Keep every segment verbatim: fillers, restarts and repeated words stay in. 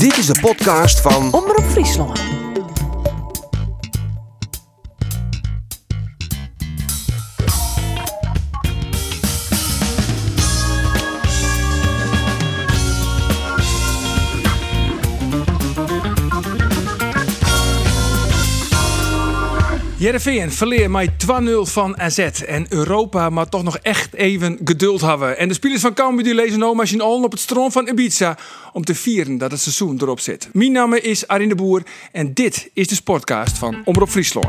Dit is de podcast van Omroep Friesland. Heerenveen verleer met twee nul van A Z. En Europa maar toch nog echt even geduld hebben. En de spelers van Cambuur die lezen nou machine al op het stroom van Ibiza om te vieren dat het seizoen erop zit. Mijn naam is Arjen de Boer en dit is de Sportcast van Omroep Friesland.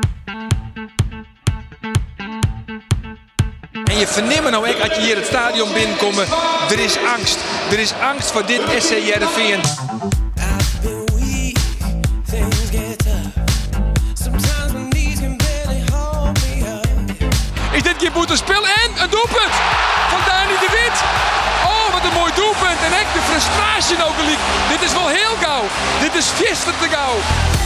En je verneemt nou ook, als je hier het stadion binnenkomt, er is angst. Er is angst voor dit S C Heerenveen. Is dit keer boetespel en een doelpunt van Dani de Wit. Oh, wat een mooi doelpunt. En echt de frustratie ook gelijk. Dit is wel heel gauw. Dit is gisteren te gauw.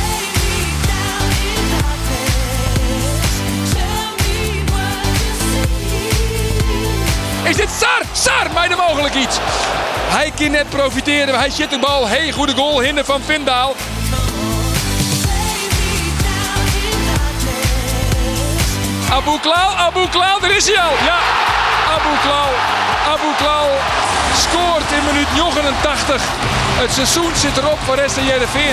Is dit Sar? Sar, mij er mogelijk iets. Hij kan net profiteren. Hij zit de bal. Hey, goede goal. Hinder van Vindaal. Abu Klaal, Abu Klaal, daar is hij al. Ja, Abu Klaal. Abu Klaal scoort in minuut negenentachtig. Het seizoen zit erop voor S C Heerenveen.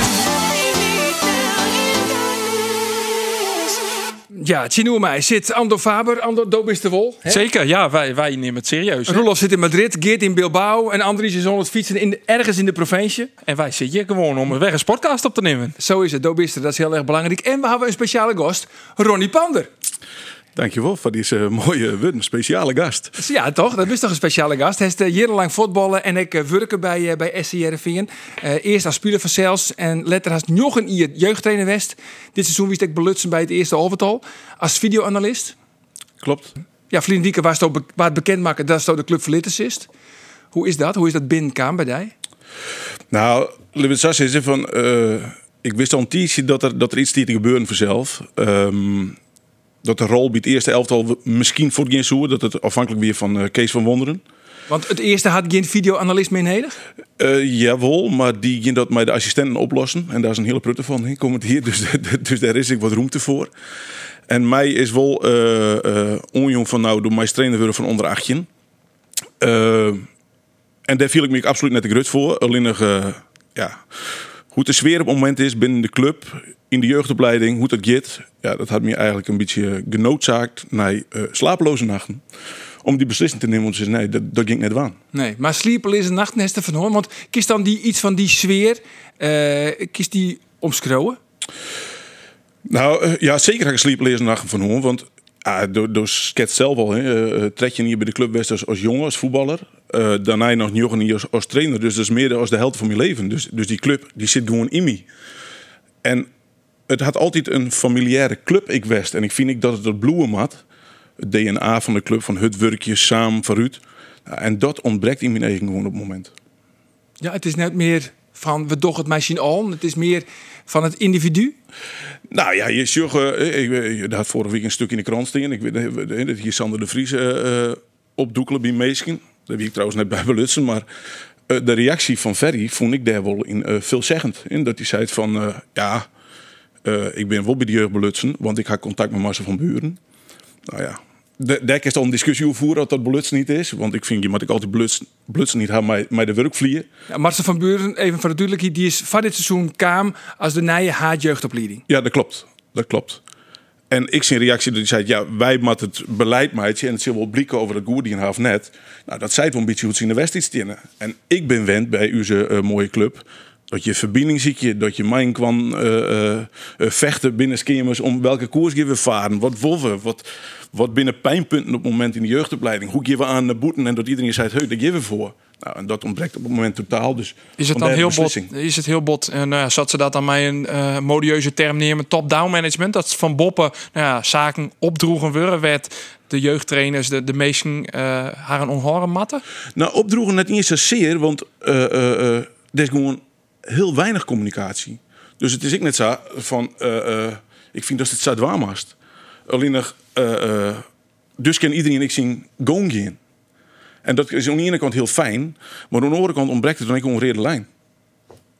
Ja, Tjinoe mij zit Ando Faber. Ando, do bist de wol. Hè? Zeker, ja, wij, wij nemen het serieus. Hè? Roelof zit in Madrid, Geert in Bilbao en Andries is aan het fietsen in de, ergens in de provincie. En wij zitten hier gewoon om een weg een sportcast op te nemen. Zo is het, do bist er, dat is heel erg belangrijk. En we hebben een speciale gast, Ronnie Pander. Dankjewel voor deze mooie, een speciale gast. Ja, toch? Dat is toch een speciale gast. Hij is uh, jarenlang voetballen en ik uh, werken bij, uh, bij S C Heerenveen. Uh, eerst als speler van Cels en later als nog een jaar jeugdtrainer West. Dit seizoen wist ik belutsen bij het eerste overtal. Als videoanalist. Klopt. Ja, Vlien Dieke was het be- waar het bekend maken dat het de club verlitten is. Hoe is dat? Hoe is dat binnenkwam bij jij? Nou, Lewis Sass is van. Uh, ik wist al een tijdje dat er, dat er iets te gebeuren vanzelf. Um, Dat de rol bij het eerste elftal misschien voor geen zoer. Dat het afhankelijk weer van uh, Kees van Wonderen. Want het eerste had geen videoanalist meer nodig? Uh, jawel, maar die ging dat met de assistenten oplossen. En daar is een hele prutte van. He, komt hier, dus, dus daar is ik wat ruimte voor. En mij is wel uh, uh, onjong van nou door mij trainer worden van onder achttien. Uh, en daar viel ik me absoluut net de grut voor. Alleen nog, uh, ja, hoe de sfeer op het moment is binnen de club, in de jeugdopleiding, hoe dat gaat. Ja, dat had me eigenlijk een beetje genoodzaakt naar uh, slapeloze nachten. Om die beslissing te nemen, want ze zei, nee, dat, dat ging net waan. Nee, maar sliepeloze nachtnesten van hoor. Want kies dan die, iets van die sfeer, uh, kies die omschreeuwen? Nou, uh, ja, zeker heb ik sliepeloze nachten van hoor. Want uh, door, door sketst zelf al, hè, uh, trek je hier bij de club best als, als jongen, als voetballer. Uh, daarna nog niet als, als trainer. Dus dat is meer als de helft van mijn leven. Dus, dus die club, die zit gewoon in me. En het had altijd een familiaire club, ik west. En ik vind ik dat het het bloemen had. Het D N A van de club, van het werkje, samen, vooruit. En dat ontbreekt in mijn eigen gewoon op het moment. Ja, het is net meer van we doch het machine al. Het is meer van het individu. Nou ja, je zag, uh, ik, ik had vorige week een stuk in de krant staan. Ik weet dat hier Sander de Vries uh, opdoekelen bij Meesken. Daar wie ik trouwens net bij belutsen, maar uh, de reactie van Ferry vond ik daar wel in uh, veelzeggend. In dat hij zei van uh, ja. Uh, ik ben wel bij de jeugd belutsen, want ik had contact met Marcel van Buren. Nou ja, de, daar is al een discussie over voeren dat dat belutsen niet is. Want ik vind je moet ik altijd belutsen, belutsen niet hebben met, met de werkvliegen. Ja, Marcel van Buren, even voor de duidelijkheid, die is van dit seizoen kwam als de nieuwe H-jeugdopleiding. Ja, dat klopt. Dat klopt. En ik zie een reactie dat hij zei, ja, wij moeten het beleid maken en het zal wel blikken over het Goerdien half net. Nou, dat zei het wel een beetje hoe het in de West tinnen. En ik ben wend bij uw uh, mooie club. Dat je verbinding ziet je, dat je mijn kwam uh, uh, vechten binnen schemers om welke koers gaan we varen, wat wolven, wat, wat binnen pijnpunten op het moment in de jeugdopleiding, hoe geven we aan de boeten en dat iedereen zei, hey, daar geven we voor. Nou, en dat ontbreekt op het moment totaal. Dus is het dan heel bot? Is het heel bot? En uh, zat ze dat dan mij een uh, modieuze term nemen, top-down management, dat van Boppen nou ja, zaken opdroegen worden, werd de jeugdtrainers, de, de meesten uh, haar een onhoren matten? Nou, opdroegen net niet zozeer, want uh, uh, uh, er is gewoon heel weinig communicatie. Dus het is ik net zo van, uh, uh, ik vind dat het zo dwaamast. Alleen nog, uh, uh, dus kan iedereen ik zien gewoon gaan. En dat is aan de ene kant heel fijn, maar aan de andere kant ontbreekt het dan ook een rede lijn.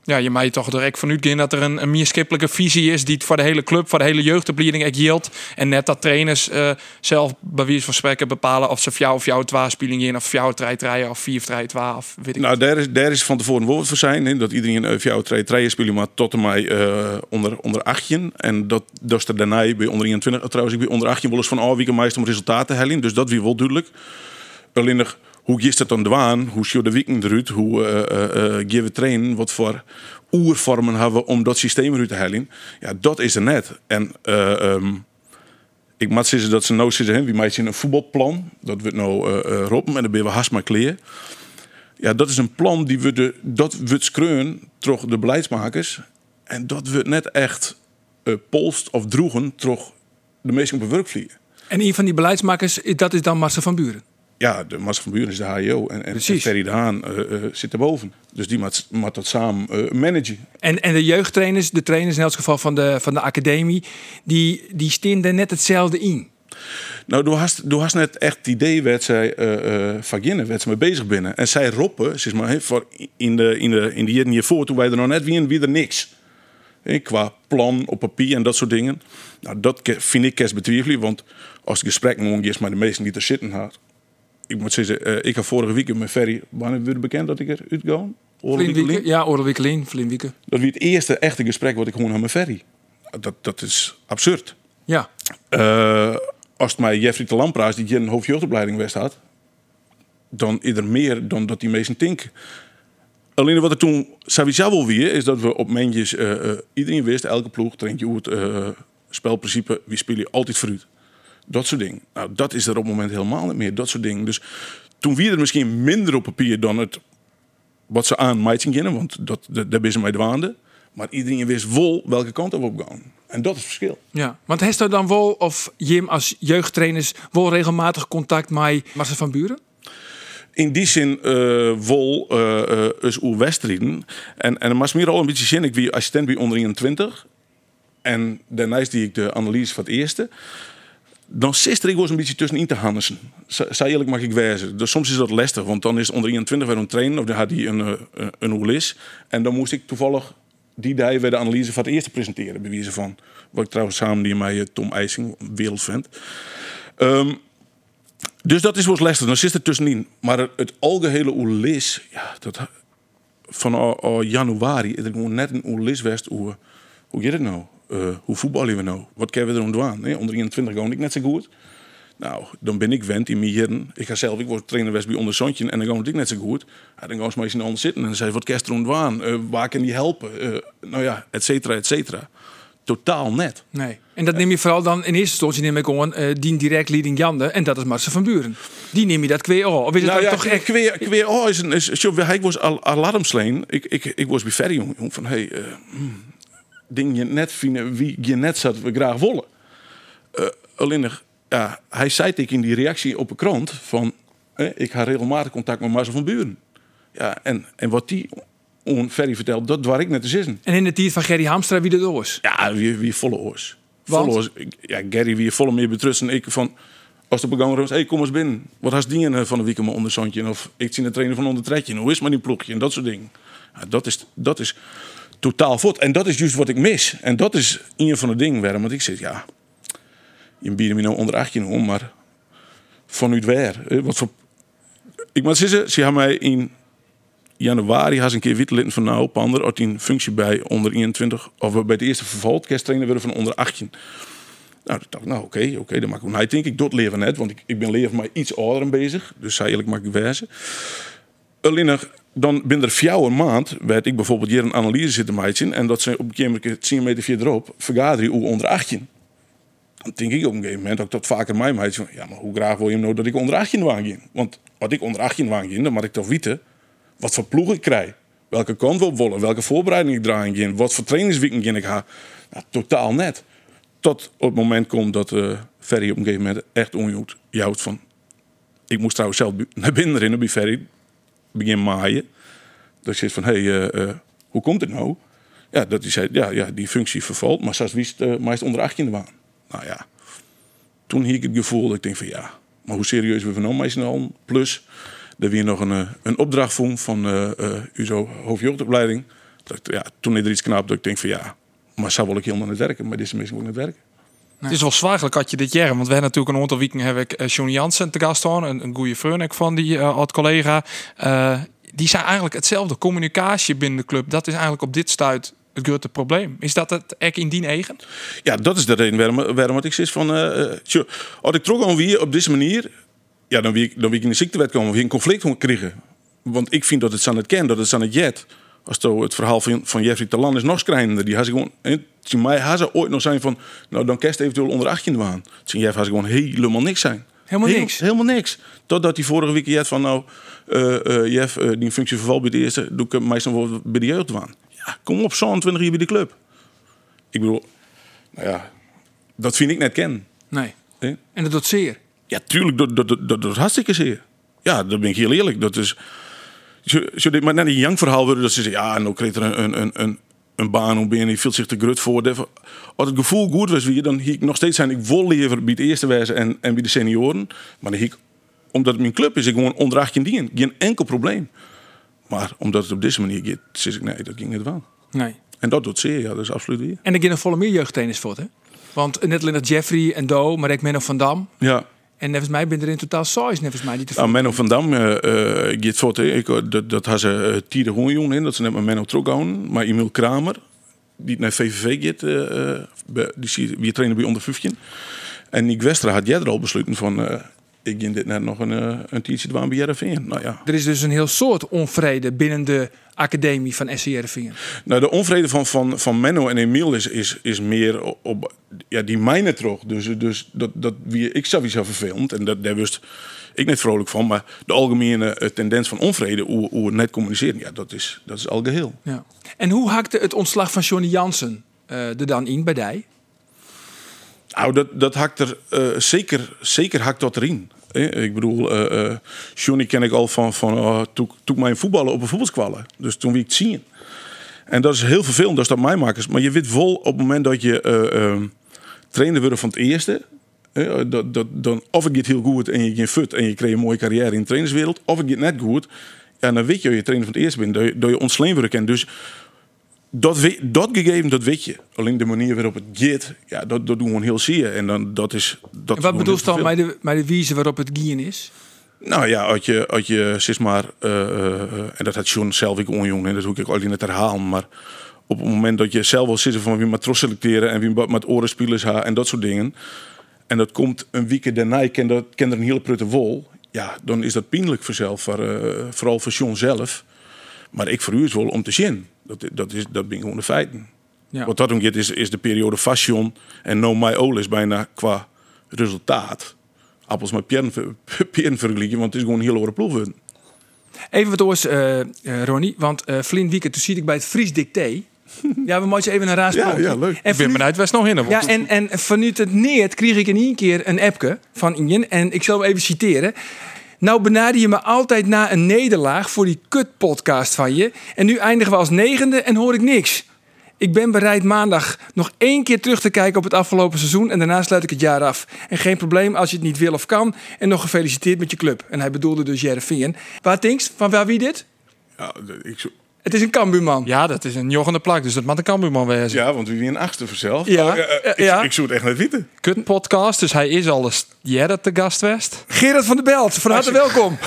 Ja, je mag toch direct vanuit gaan dat er een, een meer schippelijke visie is die het voor de hele club, voor de hele jeugdopleiding echt geldt. En net dat trainers uh, zelf bij wijze van spreken bepalen of ze voor jou of jou twee spelen in of voor jou drie drie of vier drie twee of weet ik. Nou, daar is, daar is van tevoren woord voor zijn. Hè, dat iedereen uh, voor jou drie drie spelen, maar tot en mij uh, onder, onder achttien. En dat, dat is er daarna bij onder eenentwintig. Trouwens, ik ben onder achttien wel eens van alle weken meest om resultaten te halen. Dus dat weer wel duidelijk. Alleen nog, hoe is het dan dwaan? Hoe ziet de weekend eruit? Hoe uh, uh, uh, gaan we trainen? Wat voor oervormen hebben we om dat systeem eruit te halen? Ja, dat is er net. En uh, um, ik moet zeggen dat ze nou zitten, wie mij zien een voetbalplan. Dat wordt nou uh, uh, roepen en dan ben we haast maar kleer. Ja, dat is een plan die we de, dat wordt skreun door de beleidsmakers. En dat wordt net echt uh, polst of droegen door de meesten op een werkvliegen. En een van die beleidsmakers, dat is dan Marcel van Buren. Ja, de Marcel van Buren is de H I O en, en, en Ferry de Haan uh, uh, zit erboven. Dus die moet, moet dat samen uh, managen. En, en de jeugdtrainers, de trainers in elk geval van de, van de academie, die, die staan er net hetzelfde in. Nou, du hast, du hast net echt het idee waar zij uh, uh, van binnen, waar ze mee bezig binnen. En zij roepen, zeg maar, he, voor in de in de in de jaren hiervoor, toen wij er nog net wie wie er niks. He, qua plan op papier en dat soort dingen. Nou, dat vind ik kerst betwijfelen, want als het gesprek nog eens maar de meesten die er zitten had. Ik moet zeggen, uh, ik heb vorige week met Ferry, wanneer werd bekend dat ik er uitga? Vlinwieken, ja, Oorlwieken, Vlinwieken. Dat was het eerste echte gesprek wat ik gewoon had met Ferry. Dat, dat is absurd. Ja. Uh, als het mij Jeffrey de Lampraas, die hier een hoofdjeugdopleiding west had, dan is er meer dan dat die meesten denken. Alleen wat er toen sowieso wel weer is dat we op mentjes, uh, uh, iedereen wist, elke ploeg traint je hoe het uh, spelprincipe, wie speel je altijd vooruit. Dat soort dingen. Nou, dat is er op het moment helemaal niet meer. Dat soort dingen. Dus toen wie er misschien minder op papier dan het wat ze aan mij gingen, want dat, dat, daar ben ze mij dwaande. Maar iedereen wist wel welke kant we op gaan. En dat is het verschil. Ja, want heeft er dan wel, of Jim als jeugdtrainers, wel regelmatig contact met Marcel van Buren? In die zin uh, wel uh, is uw wedstrijden. En, en het meer al een beetje zin. Ik wie assistent bij onder eenentwintig. En daarna die ik de analyse van het eerste. Dan zit er ik was een beetje tussenin te hannissen. Zij eerlijk mag ik wijzen. Dus soms is dat lastig, want dan is het onder eenentwintig weer een trainen of dan had hij een, een, een oelis. En dan moest ik toevallig die dag weer de analyse van het eerste presenteren, bewijzen van. Wat ik trouwens samen die mij Tom IJsing, wereldvent. Um, dus dat is wel lastig. Dan zit er tussenin. Maar het, het algehele oelis, ja, dat van uh, uh, januari is er gewoon net een oelis west. Hoe, hoe gaat het nou? Uh, hoe voetballen we nou? Wat kunnen we er aan doen? Nee, onder eenentwintig ga ik net zo goed. Nou, dan ben ik wend in mijn heren. Ik ga zelf, ik word trainer west bij onder Zontje en dan ga ik net zo goed. Ja, dan gaan ze maar eens onder zitten en dan zei wat kan je er aan doen? Uh, waar kan die helpen? Uh, nou ja, et cetera, et cetera. Totaal net. Nee. En dat neem je vooral dan in eerste instantie neem ik gewoon uh, die direct leading Jande en dat is Marcel van Buren. Die neem je dat kweer al. Of is het nou dan ja, toch echt kweer, kweer oh, is een is, is, ik was al alarmsleen. Ik ik ik was bij Ferry jong van hey, uh, hmm, ding je net vinden wie je net zat we graag willen. Uh, alleen nog, ja, hij zei ik in die reactie op een krant van eh, ik ga regelmatig contact met Marcel van Buren. Ja, en en wat die on Ferry vertelt, dat waar ik net te zitten. En in de tijd van Gerry Hamstra wie de oors? Ja, wie wie volle oors. Volle oors. Ja, Gerry wie volle meer betrusten. Ik van als de begangen was, hey, kom eens binnen. Wat has die van de week onder Zontje of ik zie de trainer van onder Tredje. Hoe is maar die ploegje en dat soort dingen. Ja, dat is dat is totaal voort. En dat is juist wat ik mis. En dat is een van de dingen waarom want ik zeg ja, je biedt me nou onder achttien om, maar vanuit waar? Wat voor ik moet zeggen, ze hebben mij in januari had een keer witlitten van nou op ander had een functie bij onder eenentwintig of bij het eerste verval kersttrainer worden van onder achttien. Nou, dat dacht ik, nou oké, okay, oké, okay, dan mag ik hij denk ik dat leven net, want ik, ik ben leven maar iets ouder bezig, dus zij eigenlijk mag ik wijzen. Alleen nog, dan binnen er vier maand werd ik bijvoorbeeld hier een analyse zitten meidje en dat ze op een keer tien meter verderop vergaderen hoe onder achttien. Dan denk ik op een gegeven moment ook dat vaker mij meidje van ja, maar hoe graag wil je nou dat ik onder achttien wagen? Want wat ik onder achttien wagen, dan moet ik toch weten wat voor ploeg ik krijg, welke kant we op willen, welke voorbereiding ik draai in, wat voor trainingsweekend ik ga. Nou, totaal net. Tot op het moment komt dat uh, Ferry op een gegeven moment echt onjoed jouwt van. Ik moest trouwens zelf naar binnen rennen bij Ferry, begin maaien. Dat ik zei van, hé, hey, uh, uh, hoe komt het nou? Ja, dat hij zei, ja, ja, die functie vervalt, maar zoals wist uh, meest onder achttien waan. Nou ja, toen hield ik het gevoel dat ik denk van ja, maar hoe serieus we van nou meest al plus. Er weer nog een, een opdracht vond van uh, uh, uw hoofdjeugdopleiding. Dat, ja, toen is er iets knap dat ik denk van ja, maar zou wel ik helemaal niet werken, maar deze mensen ook niet werken. Het is wel zwaarlijk had je dit jaar, want we hebben natuurlijk een aantal weken heb ik uh, Johnny Jansen te gast staan, een, een goede vriend van die uh, oud collega. Uh, die zei eigenlijk hetzelfde. Communicatie binnen de club, dat is eigenlijk op dit stuit het grote probleem. Is dat het echt in die eigen? Ja, dat is de reden waarom, waarom ik zeg van, uh, tjo, als ik trok aan wie op deze manier, ja, dan wie ik, dan wie ik in de ziektewet komen, wie een conflict moet krijgen. Want ik vind dat het aan het ken, dat het aan het jet. Als to het verhaal van, van Jeffrey Talan is nog schrijnender. Die had ze gewoon, en toen mij had ze ooit nog zijn van, nou dan kerst eventueel onder achttien waan. Toen Jeff had ze gewoon helemaal niks zijn. Helemaal Heel, niks? Helemaal niks. Totdat hij vorige week jet van, nou, uh, uh, Jeff, uh, die functie verval bij de eerste, doe ik hem meestal wel bij de jeugd waan. Ja, kom op, zevenentwintig jaar bij de club. Ik bedoel, nou ja, dat vind ik net ken. Nee. Eh? En dat doet zeer? Ja, tuurlijk, dat, dat, dat, dat doet hartstikke zeer. Ja, dat ben ik heel eerlijk. Dat is... Zo dit maar net een jong verhaal worden dat ze zeggen, ja, en dan kreeg er een, een, een, een baan op en die viel zich te grut voor. Als het gevoel goed was weer, dan hier ik nog steeds zijn. Ik wil liever bij het eerste wijze en, en bij de senioren. Maar dan ik, omdat het mijn club is, ik gewoon onder achttien dingen. Geen enkel probleem. Maar omdat het op deze manier gaat, zeg ik nee, dat ging niet wel. Nee. En dat doet zeer, ja, dat is absoluut weer. En er gaan nog volle meer jeugdtrainers voor, hè? Want net alleen dat Jeffrey en Do, maar ook Menno van Dam. Ja. En nevens mij ben er in totaal zes, nevens mij die te Nou, Menno van Dam, uh, uh, gaat voort, ik, dat, dat had ze uh, Tiede Hoorjong in, dat ze net met Menno teruggaan. Maar Emiel Kramer, die naar V V V gaat, uh, uh, die zie wie trainen bij onder vijftien. En Nick Westra had jij er al besloten van, uh, ik ging dit net nog een, uh, een tientje doen bij Heerenveen. Nou ja. Er is dus een heel soort onvrede binnen de academie van S C Heerenveen. Nou, de onvrede van, van, van Menno en Emiel is, is, is meer op, op ja, die mijne terug. Dus, dus dat, dat wie ik sowieso vervelend en dat daar wist ik net vrolijk van. Maar de algemene uh, tendens van onvrede, hoe, hoe we net communiceren, ja, dat is, dat is al geheel. Ja. En hoe hakte het ontslag van Johnny Jansen uh, er dan in bij Dij? Nou, dat, dat hakt er uh, zeker, zeker hakt dat erin. Eh? Ik bedoel, uh, uh, Johnny ken ik al van, van uh, toen, toen ik mijn voetballen op een voetbalskwallen. Dus toen wie ik het zien. En dat is heel vervelend, dat is dat mij makers. Maar je weet wel op het moment dat je uh, uh, trainer wordt van het eerste. Uh, dat, dat, dan, of het gaat heel goed en je gaat fut en je krijgt een mooie carrière in de trainerswereld. Of het gaat net goed. Ja, dan weet je dat je trainer van het eerste bent. Dat je, dat je ontsleen worden kent. Dus dat, we, dat gegeven, dat weet je. Alleen de manier waarop het gaat, ja, dat, dat doen we gewoon heel zeer. En dan, dat is... Dat en wat bedoel je dan met de, met de wijze waarop het gaan is? Nou ja, als je, als je zeg maar, uh, uh, en dat had John zelf ik onjong, en dat hoef ik al niet herhalen, maar op het moment dat je zelf wil zitten van wie maar trots selecteren en wie met orenspelers ha en dat soort dingen, en dat komt een weekend daarna, ken dat ken er een hele prutte wol, ja, dan is dat pijnlijk voor zelf, voor, uh, vooral voor John zelf. Maar ik verhuur het wel om te zien. Dat, dat, is, dat ben gewoon de feiten. Ja. Wat dat om gaat is, is de periode vast John en no my olis bijna qua resultaat. Appels met peren vergelijken, want het is gewoon een heel hoge ploeg. Even wat oors, uh, uh, Ronnie, want uh, Vlien weekend, toen zie ik bij het Fries Dicté. Ja, we moeten even een raar ja, ja, leuk. En ik ben benieuwd waar nog in. Ja, en, en vanuit het neert kreeg ik in één keer een appje van Ingen. En ik zal hem even citeren. Nou benader je me altijd na een nederlaag voor die kutpodcast van je. En nu eindigen we als negende en hoor ik niks. Ik ben bereid maandag nog één keer terug te kijken op het afgelopen seizoen. En daarna sluit ik het jaar af. En geen probleem als je het niet wil of kan. En nog gefeliciteerd met je club. En hij bedoelde dus Heerenveen. Waar denkt van waar wie dit? Ja, ik zo... Het is een Cambuurman. Ja, dat is een joggende plak. Dus dat moet een Cambuurman wezen. Ja, want wie wie een achtste vanzelf. Ja. Oh, ja, uh, ik, ja. ik zou het echt niet weten. Kut podcast, dus hij is al eens Jerre te gast geweest. Gerard van der Belt, van harte welkom.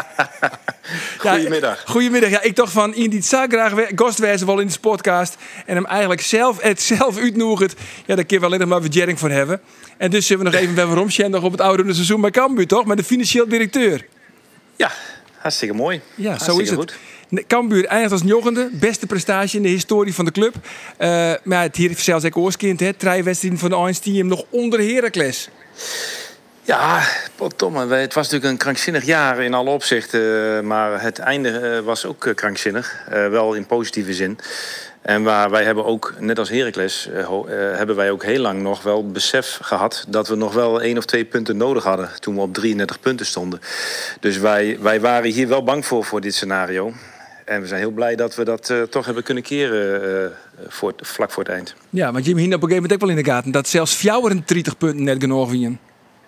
Goedemiddag. Ja, goedemiddag. Ja, ik dacht van iemand die het zo graag gastwezen wel in de podcast en hem eigenlijk zelf het zelf uitnoemt. Ja, daar kun je wel alleen maar verjering van hebben. En dus zullen we nog even bij waarom nog op het oude seizoen bij Cambuur, toch? Met de financieel directeur. Ja, hartstikke mooi. Ja, hartstikke zo is het. Goed. Cambuur eindigt als joggende, beste prestatie in de historie van de club. Uh, maar het hier zelfs ik oorskind, hè, drie wedstrijden van de Einstein nog onder Heracles. Ja, potdomme. Het was natuurlijk een krankzinnig jaar in alle opzichten. Maar het einde was ook krankzinnig. Uh, wel in positieve zin. En waar wij hebben ook, net als Heracles, uh, uh, hebben wij ook heel lang nog wel besef gehad dat we nog wel één of twee punten nodig hadden toen we op drieëndertig punten stonden. Dus wij, wij waren hier wel bang voor, voor dit scenario. En we zijn heel blij dat we dat uh, toch hebben kunnen keren uh, voor, vlak voor het eind. Ja, want Jim hing op een gegeven moment ook wel in de gaten dat zelfs vijfendertig punten net genoeg waren.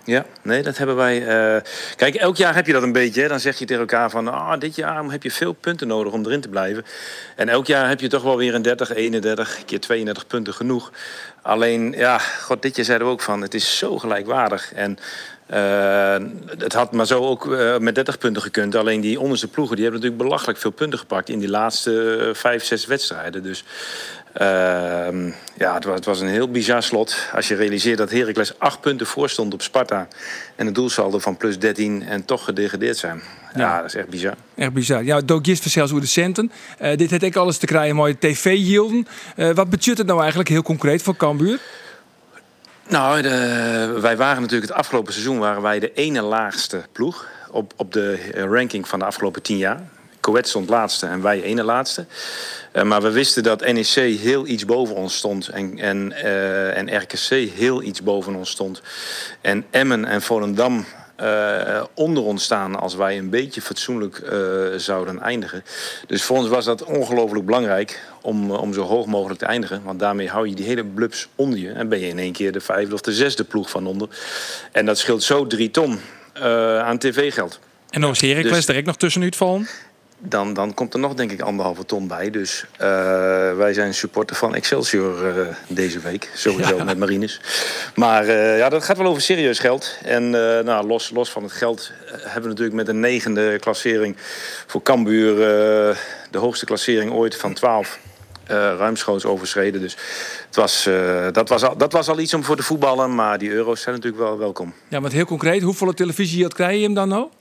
Ja, nee, dat hebben wij. Uh... Kijk, elk jaar heb je dat een beetje. Hè? Dan zeg je tegen elkaar van, ah, dit jaar heb je veel punten nodig om erin te blijven. En elk jaar heb je toch wel weer een dertig, eenendertig, keer tweeëndertig punten genoeg. Alleen, ja, god, dit jaar zeiden we ook van, het is zo gelijkwaardig. En uh, het had maar zo ook uh, met dertig punten gekund. Alleen die onderste ploegen, die hebben natuurlijk belachelijk veel punten gepakt in die laatste uh, vijf, zes wedstrijden. Dus Uh, ja, het was, het was een heel bizar slot. Als je realiseert dat Heracles acht punten voor stond op Sparta. En een doelsaldo van plus dertien en toch gedegradeerd zijn. Ja, ja, dat is echt bizar. Echt bizar. Ja, Dook gisteren zelfs over de centen. Uh, dit heeft ook alles te krijgen, mooie tv-hielden. Uh, wat betekent het nou eigenlijk heel concreet voor Cambuur? Nou, de, wij waren natuurlijk het afgelopen seizoen waren wij de ene laagste ploeg op, op de ranking van de afgelopen tien jaar. Coët stond laatste en wij ene laatste. Uh, maar we wisten dat N E C heel iets boven ons stond. En, en, uh, en R K C heel iets boven ons stond. En Emmen en Volendam uh, onder ons staan als wij een beetje fatsoenlijk uh, zouden eindigen. Dus voor ons was dat ongelooflijk belangrijk om, uh, om zo hoog mogelijk te eindigen. Want daarmee hou je die hele blubs onder je. En ben je in één keer de vijfde of de zesde ploeg van onder. En dat scheelt zo drie ton uh, aan tv-geld. En dan is Heracles dus direct nog tussenuit vallen? Dan, dan komt er nog, denk ik, anderhalve ton bij. Dus uh, wij zijn supporter van Excelsior uh, deze week. Sowieso ja. Met Marines. Maar uh, ja, dat gaat wel over serieus geld. En uh, nou, los, los van het geld uh, hebben we natuurlijk met een negende klassering voor Cambuur uh, de hoogste klassering ooit van twaalf. Uh, ruimschoots overschreden. Dus het was, uh, dat, was al, dat was al iets om voor te voetballen. Maar die euro's zijn natuurlijk wel welkom. Ja, maar heel concreet, hoeveel televisie krijg je hem dan nou?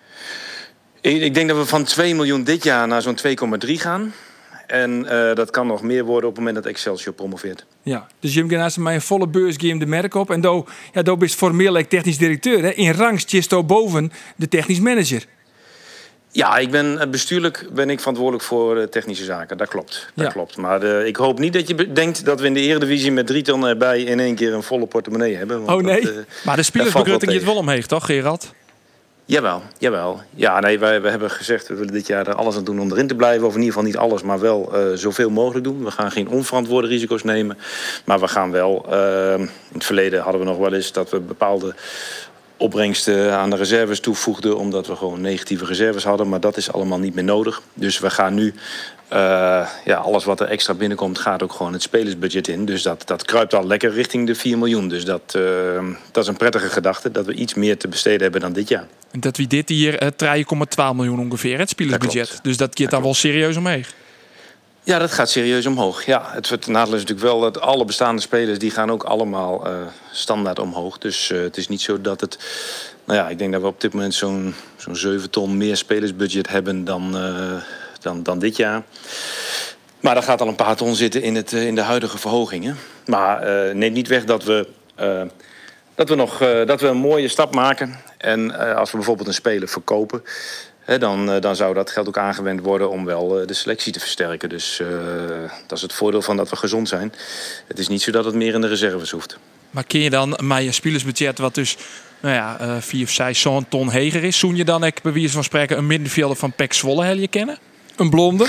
Ik denk dat we van twee miljoen dit jaar naar zo'n twee komma drie gaan. En uh, dat kan nog meer worden op het moment dat Excelsior promoveert. Ja, dus je hebt naast mij een volle beurs gegeven de merk op. En do, ja, do bent formeel technisch directeur. Hè? In rang sto boven de technisch manager. Ja, ik ben bestuurlijk ben ik verantwoordelijk voor uh, technische zaken. Dat klopt. Dat ja. klopt. Maar uh, ik hoop niet dat je denkt dat we in de Eredivisie met drie ton erbij in één keer een volle portemonnee hebben. Want oh nee. Dat, uh, maar de spelersbegrutting je het wel omheen, toch Gerard? Jawel, jawel. Ja, nee, wij, wij hebben gezegd, we willen dit jaar er alles aan doen om erin te blijven. Of in ieder geval niet alles, maar wel uh, zoveel mogelijk doen. We gaan geen onverantwoorde risico's nemen. Maar we gaan wel... Uh, in het verleden hadden we nog wel eens dat we bepaalde opbrengsten aan de reserves toevoegden. Omdat we gewoon negatieve reserves hadden. Maar dat is allemaal niet meer nodig. Dus we gaan nu... Uh, ja, alles wat er extra binnenkomt gaat ook gewoon het spelersbudget in. Dus dat, dat kruipt al lekker richting de vier miljoen. Dus dat, uh, dat is een prettige gedachte. Dat we iets meer te besteden hebben dan dit jaar. En dat we dit hier uh, drie komma twaalf miljoen ongeveer, het spelersbudget. Dat dus dat keert dan wel serieus omheen. Ja, dat gaat serieus omhoog. Ja, het, het nadeel is natuurlijk wel dat alle bestaande spelers... die gaan ook allemaal uh, standaard omhoog. Dus uh, het is niet zo dat het... Nou ja, ik denk dat we op dit moment zo'n, zo'n zeven ton meer spelersbudget hebben dan... Uh, Dan, dan dit jaar. Maar daar gaat al een paar ton zitten in, het, in de huidige verhogingen. Maar uh, neemt niet weg dat we, uh, dat, we nog, uh, dat we een mooie stap maken. En uh, als we bijvoorbeeld een speler verkopen... Hè, dan, uh, dan zou dat geld ook aangewend worden om wel uh, de selectie te versterken. Dus uh, dat is het voordeel van dat we gezond zijn. Het is niet zo dat het meer in de reserves hoeft. Maar kun je dan met je spelersbudget wat dus... nou ja, uh, vier of zes zo'n ton heger is... zoen je dan ik bij wijze van spreken een middenvelder van P E C Zwolle hel je kennen? Een blonde?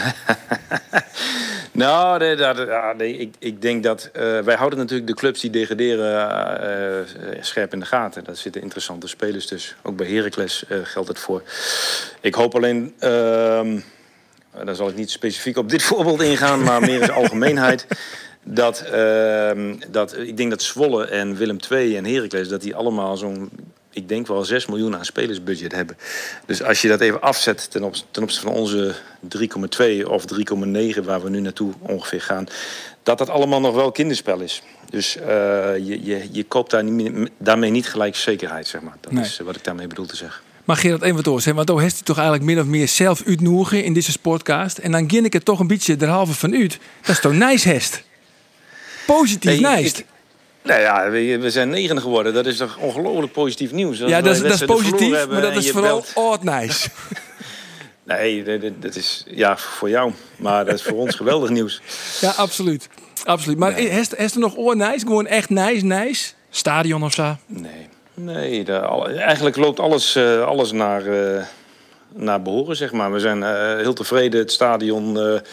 nou, nee, dat, nee, ik, ik denk dat... Uh, wij houden natuurlijk de clubs die degraderen uh, uh, scherp in de gaten. Daar zitten interessante spelers dus. Ook bij Heracles uh, geldt het voor. Ik hoop alleen... Uh, daar zal ik niet specifiek op dit voorbeeld ingaan... maar meer in de algemeenheid... Dat, uh, dat ik denk dat Zwolle en Willem twee en Heracles... dat die allemaal zo'n... ik denk wel zes miljoen aan spelersbudget hebben. Dus als je dat even afzet ten, op, ten opzichte van onze drie komma twee of drie komma negen... waar we nu naartoe ongeveer gaan... dat dat allemaal nog wel kinderspel is. Dus uh, je, je, je koopt daar niet, daarmee niet gelijk zekerheid, zeg maar. Dat nee. is wat ik daarmee bedoel te zeggen. Maar Gerard, even wat oors, want dan heeft hij toch eigenlijk min of meer zelf uitnoegen in deze sportcast. En dan gin ik het toch een beetje derhalve van uit. Dat is toch nice hest? Positief nee, nice. Ik, Nou ja, we, we zijn negende geworden. Dat is toch ongelooflijk positief nieuws. Ja, dat is, dat is positief, maar dat is vooral oud nice. Nee, dat, dat is ja, voor jou. Maar dat is voor ons geweldig nieuws. Ja, absoluut. absoluut. Maar nee. Heeft er nog oor nice? Gewoon echt nice, nice? Stadion of zo? Nee, nee de, al, eigenlijk loopt alles, uh, alles naar, uh, naar behoren, zeg maar. We zijn uh, heel tevreden. Het stadion... Uh,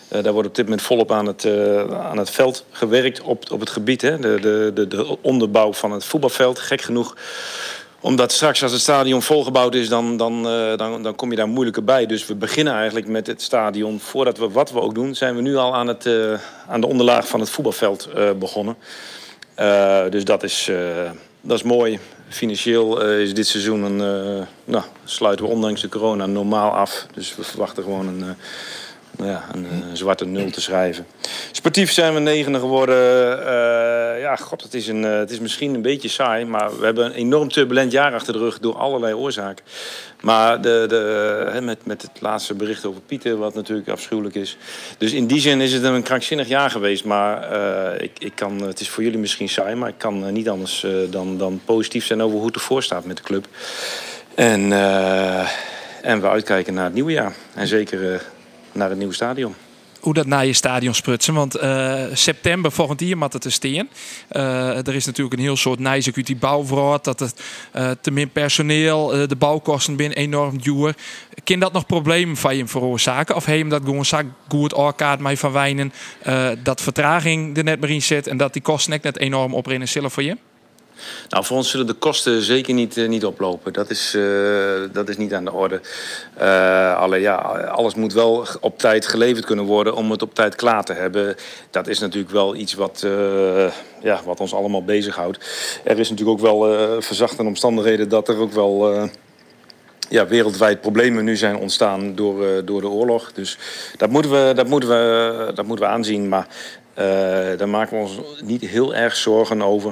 Uh, daar wordt op dit moment volop aan het, uh, aan het veld gewerkt op, op het gebied. Hè? De, de, de, de onderbouw van het voetbalveld. Gek genoeg, omdat straks als het stadion volgebouwd is, dan, dan, uh, dan, dan kom je daar moeilijker bij. Dus we beginnen eigenlijk met het stadion. Voordat we wat we ook doen, zijn we nu al aan, het, uh, aan de onderlaag van het voetbalveld uh, begonnen. Uh, dus dat is, uh, dat is mooi. Financieel uh, is dit seizoen een, uh, nou, sluiten we ondanks de corona normaal af. Dus we verwachten gewoon een, uh, nou ja, een, een zwarte nul te schrijven. Sportief zijn we negende geworden. Uh, ja, god, het is, een, uh, het is misschien een beetje saai. Maar we hebben een enorm turbulent jaar achter de rug door allerlei oorzaken. Maar de, de, he, met, met het laatste bericht over Pieter, wat natuurlijk afschuwelijk is. Dus in die zin is het een krankzinnig jaar geweest. Maar uh, ik, ik kan, het is voor jullie misschien saai, maar ik kan uh, niet anders uh, dan, dan positief zijn over hoe het ervoor staat met de club. En, uh, en we uitkijken naar het nieuwe jaar. En zeker uh, naar het nieuwe stadion. Hoe dat naar je stadion sprutsen. Want uh, september volgend jaar moet het te steen. Uh, er is natuurlijk een heel soort nijzig uit die bouwverhaal. Dat het uh, te min personeel, uh, de bouwkosten binnen enorm duur. Kan dat nog problemen van je veroorzaken? Of heb je hem dat gewoon zo goed elkaar mee van wijnen? Uh, dat vertraging er net meer in zit en dat die kosten net enorm oprennen zullen voor je? Nou, voor ons zullen de kosten zeker niet, uh, niet oplopen. Dat is, uh, dat is niet aan de orde. Uh, alleen ja, alles moet wel op tijd geleverd kunnen worden om het op tijd klaar te hebben. Dat is natuurlijk wel iets wat, uh, ja, wat ons allemaal bezighoudt. Er is natuurlijk ook wel uh, verzachtende omstandigheden dat er ook wel Uh, Ja, wereldwijd problemen nu zijn ontstaan door, uh, door de oorlog. Dus dat moeten we, dat moeten we, dat moeten we aanzien. Maar uh, daar maken we ons niet heel erg zorgen over.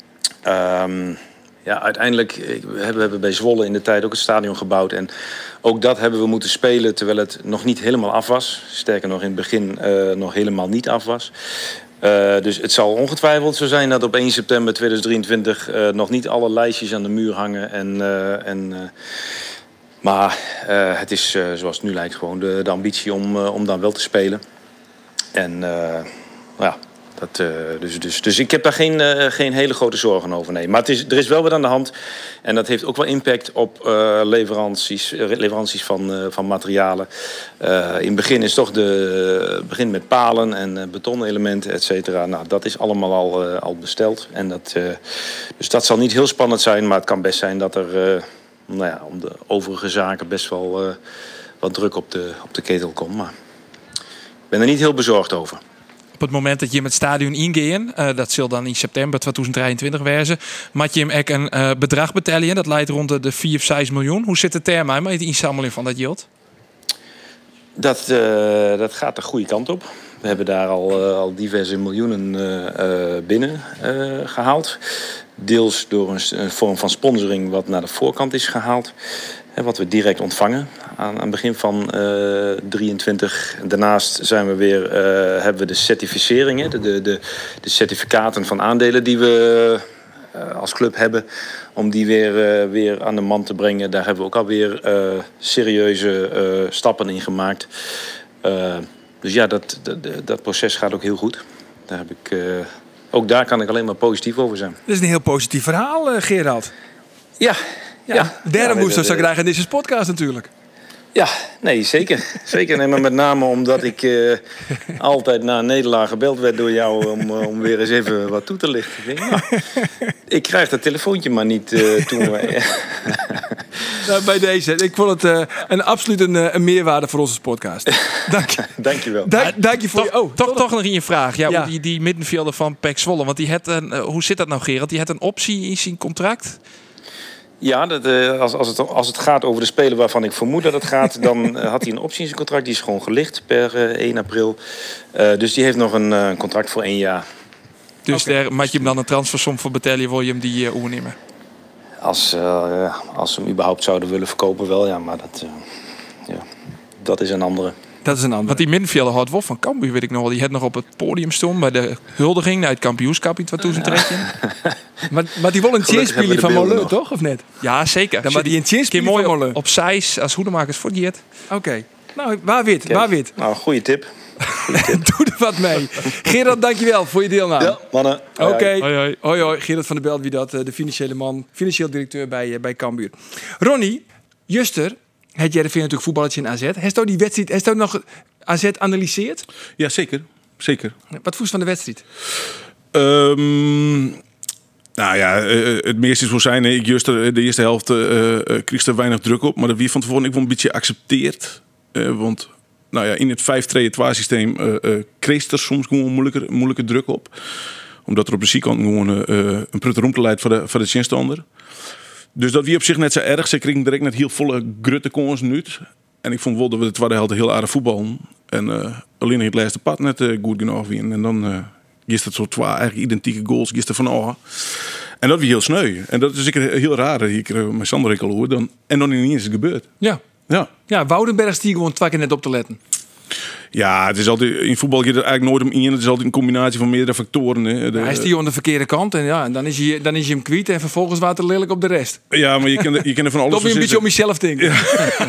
Um, ja, uiteindelijk we hebben we hebben bij Zwolle in de tijd ook het stadion gebouwd. En ook dat hebben we moeten spelen terwijl het nog niet helemaal af was. Sterker nog, in het begin uh, nog helemaal niet af was. Uh, dus het zal ongetwijfeld zo zijn dat op één september tweeduizend drieëntwintig uh, nog niet alle lijstjes aan de muur hangen. En, uh, en, uh, maar uh, het is, uh, zoals het nu lijkt, gewoon de, de ambitie om, uh, om dan wel te spelen. En uh, ja... Dat, uh, dus, dus, dus ik heb daar geen, uh, geen hele grote zorgen over. Nee. Maar het is, er is wel wat aan de hand. En dat heeft ook wel impact op uh, leveranties, uh, leveranties van, uh, van materialen. Uh, in het begin is toch de uh, begin met palen en uh, betonelementen, et cetera. Nou, dat is allemaal al, uh, al besteld. En dat, uh, dus dat zal niet heel spannend zijn. Maar het kan best zijn dat er uh, nou ja, om de overige zaken best wel uh, wat druk op de, op de ketel komt. Maar ik ben er niet heel bezorgd over. Op het moment dat je met het stadion ingaan, uh, dat zal dan in september tweeduizend drieëntwintig wezen, moet je hem ook een uh, bedrag betalen. Dat leidt rond de, de vier of zes miljoen. Hoe zit het termijn met de inzameling van dat geld? Dat, uh, dat gaat de goede kant op. We hebben daar al, uh, al diverse miljoenen uh, uh, binnen uh, gehaald. Deels door een, een vorm van sponsoring wat naar de voorkant is gehaald. Hè, wat we direct ontvangen aan, aan het begin van uh, drieëntwintig. Daarnaast zijn we weer, uh, hebben we de certificeringen, de, de, de, de certificaten van aandelen die we uh, als club hebben. Om die weer, uh, weer aan de man te brengen. Daar hebben we ook alweer uh, serieuze uh, stappen in gemaakt. Uh, dus ja, dat, dat, dat proces gaat ook heel goed. Daar heb ik, uh, ook daar kan ik alleen maar positief over zijn. Dat is een heel positief verhaal, uh, Gerald. Ja. Ja, ja. Derde ja, moest we zo de, krijgen in deze podcast natuurlijk. Ja, nee, zeker. Zeker. Nee, maar met name omdat ik uh, altijd na een nederlaag gebeld werd door jou om, uh, om weer eens even wat toe te lichten. Ik, denk, nou, ik krijg dat telefoontje maar niet uh, toen wij... nou, bij deze. Ik vond het uh, een absoluut een, een meerwaarde voor onze podcast. Dank je. Dank je wel. Dank, dank je voor toch, je... Oh, toch, toch, toch nog in je vraag. Ja, ja. Die, die middenvelder van P E C Zwolle. Want die had een, uh, hoe zit dat nou, Gerald? Die had een optie in zijn contract? Ja, dat, uh, als, als, het, als het gaat over de speler waarvan ik vermoed dat het gaat, dan uh, had hij een optie in zijn contract. Die is gewoon gelicht per uh, één april. Uh, dus die heeft nog een uh, contract voor één jaar. Dus Okay. daar maak je hem dan een transfersom voor betalen, wil je hem die uh, overnemen? Als, uh, als ze hem überhaupt zouden willen verkopen wel, ja. Maar dat, uh, ja, dat is een andere. Dat is een ander. Want die middenvelder had wel van Cambuur, weet ik nog wel. Die had nog op het podium staan bij de huldiging naar het kampioenschap in tweeduizend dertien. maar, maar die wil een Gelukkig spelen van hebben we de Moleu, beelden toch? Of net? Ja, zeker. Dan maar die een chin spelen mooi van Moleu. op, op zijs als hoedemakers voor die het. Oké. Okay. Nou, waar wit, Kijk, waar wit. Nou, goede tip. Goeie tip. Doe er wat mee. Gerard, dankjewel voor je deelname. Ja, mannen. Oké. Okay. Hoi, hoi. Hoi, hoi. Gerard van der Belt, wie dat, de financiële man, financieel directeur bij, bij Cambuur. Ronnie, Juster, Het Jereveen natuurlijk voetballetje in A Z. Heeft u die wedstrijd, heeft u nog A Z analyseerd? Ja, zeker. Zeker. Wat voest van de wedstrijd? Um, nou ja, uh, het meeste is voor zijn. Ik juist de, de eerste helft uh, uh, kreeg er weinig druk op. Maar dat wie van tevoren ik wel een beetje accepteerd. Uh, want nou ja, in het vijf twee twee systeem uh, uh, kreeg er soms gewoon moeilijke, moeilijke druk op. Omdat er op de zijkant gewoon uh, een prutte roemte leidt voor de, voor de tegenstander. Dus dat wie op zich net zo erg. Ze kregen direct net heel volle grutte kans nu. En ik vond wel dat we de tweede helft heel aardig voetballen. En uh, alleen het laatste pad net uh, goed genoeg weer. En dan uh, is het zo twee eigenlijk identieke goals is er van af. En dat was heel sneu. En dat is zeker heel raar. Ik uh, met Sander ik al hoor. Dan, en dan ineens is het gebeurd. Ja. Ja. Ja, Woudenberg stieg gewoon twee keer net op te letten. Ja, het is altijd, in voetbal gaat het eigenlijk nooit om in. Het is altijd een combinatie van meerdere factoren. Hè. De, ja, hij stieg aan de verkeerde kant en ja, dan is hij, dan is hij hem kwijt en vervolgens water er lelijk op de rest. Ja, maar je kan, je kan er van alles Dat je een beetje om jezelf denken. Ja.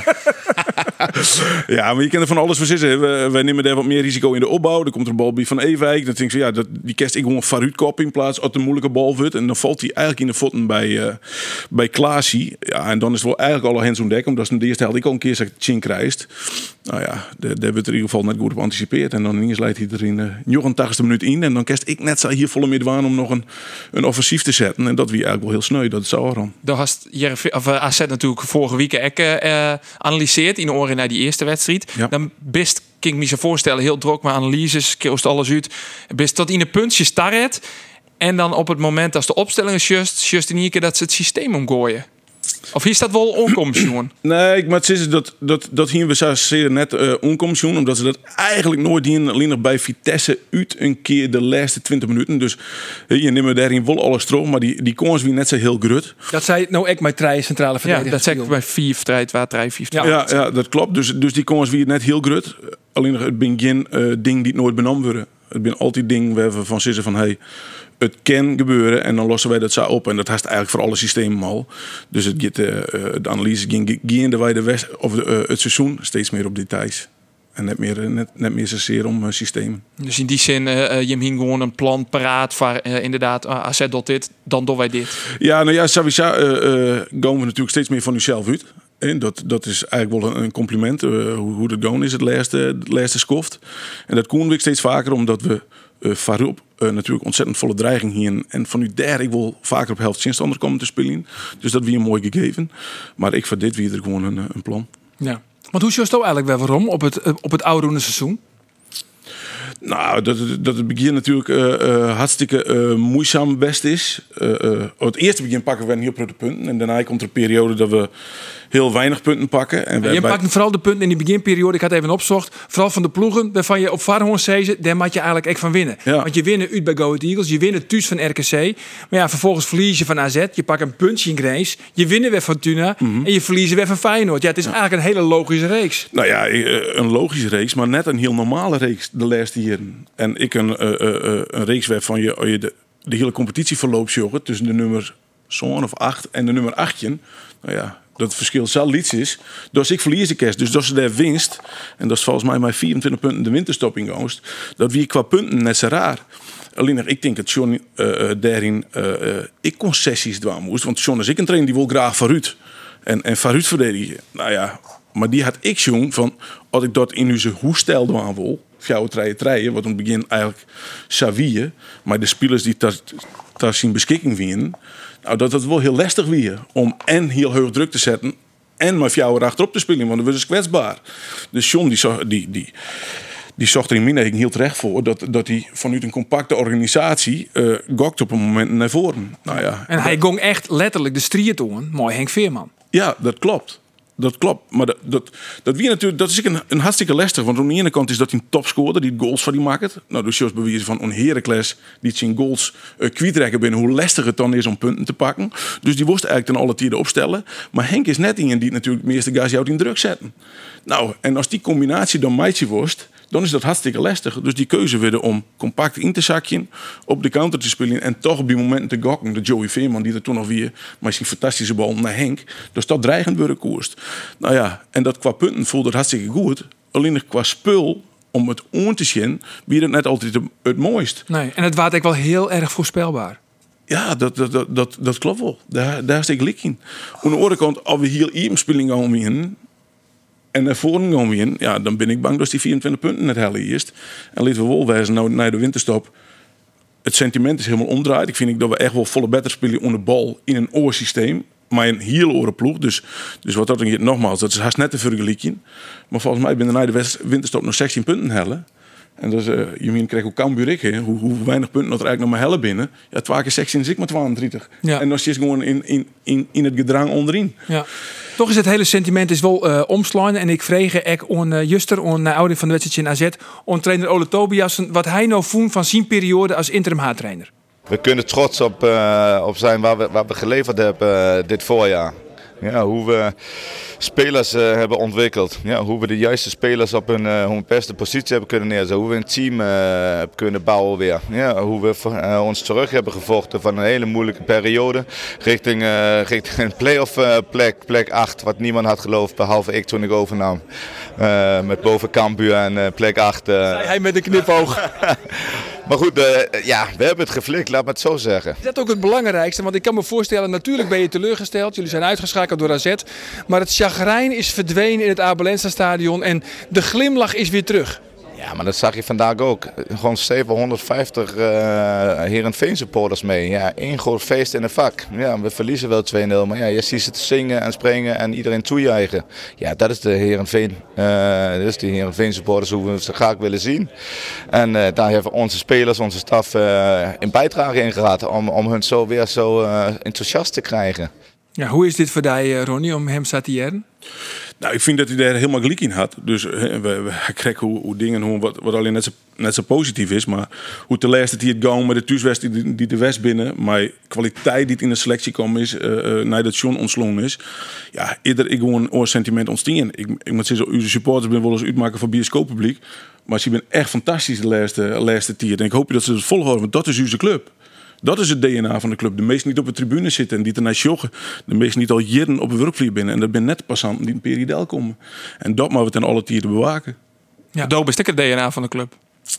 Ja, maar je kan er van alles verzinnen. Wij, wij nemen daar wat meer risico in de opbouw. Dan komt er een bal bij Van Ewijk. Dan denk ik, ja, dat, die kerst ik gewoon Farut kop in plaats uit de moeilijke bal wordt. En dan valt hij eigenlijk in de voeten bij, uh, bij Klaasie. Ja, en dan is het wel eigenlijk alle hens om dek. Omdat ze de eerste helft ik al een keer zijn chin krijgt. Nou ja, daar hebben we het in ieder geval net goed op anticipeerd. En dan ineens leidt hij er in de negentigste minuut in. En dan kerst ik net zo hier volle midden om nog een, een offensief te zetten. En dat wie eigenlijk wel heel sneu. Dat is zo dan. Daar hast Jereveen, of A Z natuurlijk vorige week ook uh, analyseerd in oren naar die eerste wedstrijd. Ja. Dan best, kan ik me zo voorstellen, heel druk met analyses, koost alles uit. Best tot in een puntje starret. En dan op het moment als de opstelling is just, just in één keer dat ze het systeem omgooien. Of is dat wel onkomst, jongen? Nee, maar het is dat, dat, dat hier we zeer net uh, onkomst, jongen, omdat ze dat eigenlijk nooit doen. Alleen nog bij Vitesse uit een keer de laatste twintig minuten. Dus je neemt daarin wel alles stroom, maar die, die kans wie net zo heel grut. Dat zei nou ik met drie centrale verdedigers. Ja, dat zeg ik bij vier strijd, waar drie, vier Ja. Ja, ja, dat klopt. Dus, dus die kans wie net heel grut. Alleen nog het ben geen uh, ding die nooit benam worden. Het ben altijd ding waar we van zeggen van hey, het kan gebeuren en dan lossen wij dat zo op. En dat haast eigenlijk voor alle systemen al. Dus het gaat, uh, de analyse ging gaande wij de west, of de, uh, het seizoen steeds meer op details. En net meer, net, net meer zozeer om uh, systemen. Dus in die zin, uh, je hebt gewoon een plan paraat voor uh, inderdaad, uh, A Z doet dit, dan doen wij dit. Ja, nou ja, sowieso uh, uh, gaan we natuurlijk steeds meer van uzelf uit. En dat, dat is eigenlijk wel een compliment. Uh, hoe, hoe dat gaan is het laatste, het laatste skoft. En dat koen we steeds vaker omdat we uh, Farop uh, natuurlijk ontzettend volle dreiging hier. En van u daar ik wil vaker op helft zinstander komen te spelen. Dus dat wie een mooi gegeven. Maar ik voor dit wie er gewoon een, een plan. Ja. Want hoe zoest eigenlijk wel waarom op het, op het oude seizoen? Nou, dat, dat het begin natuurlijk uh, uh, hartstikke uh, moeizaam best is. Uh, uh, het eerste begin pakken we een heel grote punten. En daarna komt er een periode dat we heel weinig punten pakken. En je pakt vooral de punten in die beginperiode. Ik had even opzocht. Vooral van de ploegen waarvan je op Varhorn zei, daar moet je eigenlijk echt van winnen. Ja. Want je winnen uit bij Go Ahead Eagles. Je winnen thuis van R K C. Maar ja, vervolgens verlies je van A Z. Je pakt een puntje in Grace. Je winnen weer van Tuna. Mm-hmm. En je verliezen weer van Feyenoord. Ja, het is ja. eigenlijk een hele logische reeks. Nou ja, een logische reeks. Maar net een heel normale reeks de laatste jaren. En ik een, uh, uh, een reeks waarvan je, je de, de hele competitie verloopt joggen tussen de nummer zo'n of acht en de nummer achtje. Nou ja, dat het verschil zal iets is. Dus ik verlies de kerst. Dus dat ze daar winst. En dat is volgens mij maar vierentwintig punten de winterstopping oost. Dat wie qua punten net zo raar. Alleen nog, ik denk dat John uh, daarin uh, uh, ik concessies doen moest. Want John is ik een trainer die wil graag Farut. En, en Farut verdedigen. Nou ja, maar die had ik jong van als ik dat in onze hoestel doen wil. Jouw treien treien, wat in het begin eigenlijk savieën. Maar de spelers die daar zien beschikking vinden. Nou, dat het wel heel lastig weer om en heel hoog druk te zetten en met jou erachterop te spelen, want dan wordt het kwetsbaar. Dus John die, die, die, die zocht er in mijn heel terecht voor dat, dat hij vanuit een compacte organisatie uh, gokt op een moment naar voren. Nou ja, en hij gong echt letterlijk de strijd aan. Mooi Henk Veerman. Ja, dat klopt. Dat klopt, maar dat, dat, dat, wie natuurlijk, dat is een, een hartstikke lastig. Want aan de ene kant is dat hij een topscorer die goals van die maakt. Nou, dus zoals bewijzen van een Heracles die zijn goals uh, kwijtrekken binnen hoe lastig het dan is om punten te pakken. Dus die worst eigenlijk ten alle tijden opstellen. Maar Henk is net iemand die natuurlijk de meeste guys jou in druk zetten. Nou, en als die combinatie dan meidje worst, dan is dat hartstikke lastig. Dus die keuze werden om compact in te zakjen, op de counter te spelen en toch op die momenten te gokken. De Joey Veerman die er toen alweer met zijn fantastische bal naar Henk. Dus dat dreigend worden koerst. Nou ja, en dat qua punten voelde het hartstikke goed. Alleen qua spul om het on te zien, wie dat net altijd het, het mooist. Nee, en het was ook wel heel erg voorspelbaar. Ja, dat, dat, dat, dat, dat klopt wel. Daar, daar is ik lik in. Aan de andere kant, als we hier even spelen gaan in, en naar voren gaan we in, ja, dan ben ik bang dat die vierentwintig punten net helle eerst. En laten we wel wijzen nou naar de winterstop. Het sentiment is helemaal omdraaid. Ik vind dat we echt wel volle beter spelen onder bal in een oorsysteem. Maar een heel oren ploeg. Dus, dus wat dat dan hier nogmaals, dat is haast net te vergelijken. Maar volgens mij ben er na de winterstop nog zestien punten helle. En dus, uh, je meent krijg ook Cambuur ik, hè? Hoe, hoe weinig punten dat er eigenlijk nog maar helle binnen. Ja, twee keer zestien is ik maar tweeëntwintig. Ja. En dan zit je gewoon in, in, in, in het gedrang onderin. Ja. Toch is het hele sentiment is wel uh, omslaan. En ik vreeg ek on uh, Juster, on uh, ouder van de wedstrijd in A Z, on trainer Ole Tobiassen, wat hij nou vond van zijn periode als interim H-trainer. We kunnen trots op, uh, op zijn waar we, waar we geleverd hebben uh, dit voorjaar. Ja, hoe we spelers uh, hebben ontwikkeld. Ja, hoe we de juiste spelers op hun, uh, hun beste positie hebben kunnen neerzetten. Hoe we een team uh, hebben kunnen bouwen weer. Ja, hoe we uh, ons terug hebben gevochten van een hele moeilijke periode. Richting, uh, richting een play-off uh, plek, plek acht. Wat niemand had geloofd, behalve ik toen ik overnam. Uh, met boven Cambuur en uh, plek acht. Uh. Zei hij met een knipoog. Maar goed, uh, ja, we hebben het geflikt, laat me het zo zeggen. Is dat ook het belangrijkste? Want ik kan me voorstellen, natuurlijk ben je teleurgesteld. Jullie zijn uitgeschakeld door A Z. Maar het chagrijn is verdwenen in het Abelensa stadion. En de glimlach is weer terug. Ja, maar dat zag je vandaag ook. Gewoon zevenhonderdvijftig uh, Heerenveen supporters mee. Ja, één groot feest in het vak. Ja, we verliezen wel twee nul, maar ja, je ziet ze te zingen en springen en iedereen toejuichen. Ja, dat is de Heerenveen. Uh, dat is de Heerenveen supporters hoe we ze graag willen zien. En uh, daar hebben onze spelers, onze staf uh, in bijdrage in gehad om, om hun zo weer zo uh, enthousiast te krijgen. Ja, hoe is dit voor jou, Ronnie, om hem te jaren? Nou, ik vind dat hij daar helemaal gelijk in had. Dus we, we kijken hoe, hoe dingen, hoe, wat, wat alleen net zo, net zo positief is. Maar hoe te laatste die het gaan met de thuiswedstrijd die, die de West binnen. Maar kwaliteit die het in de selectie komt is, uh, uh, nadat John ontsloten is. Ja, ieder ik gewoon een sentiment ontstaan. Ik, ik moet zeggen, uw supporters ben wel eens uitmaken van bioscooppubliek. Maar ze zijn echt fantastisch de laatste, laatste tier. En ik hoop dat ze het volhouden, want dat is onze club. Dat is het D N A van de club. De meesten niet op de tribune zitten en die ernaar joggen. De meesten niet al jaren op een werkvlieg binnen. En dat zijn net passanten die in Peridel komen. En dat moeten we ten alle tijden bewaken. Ja, dat is het D N A van de club.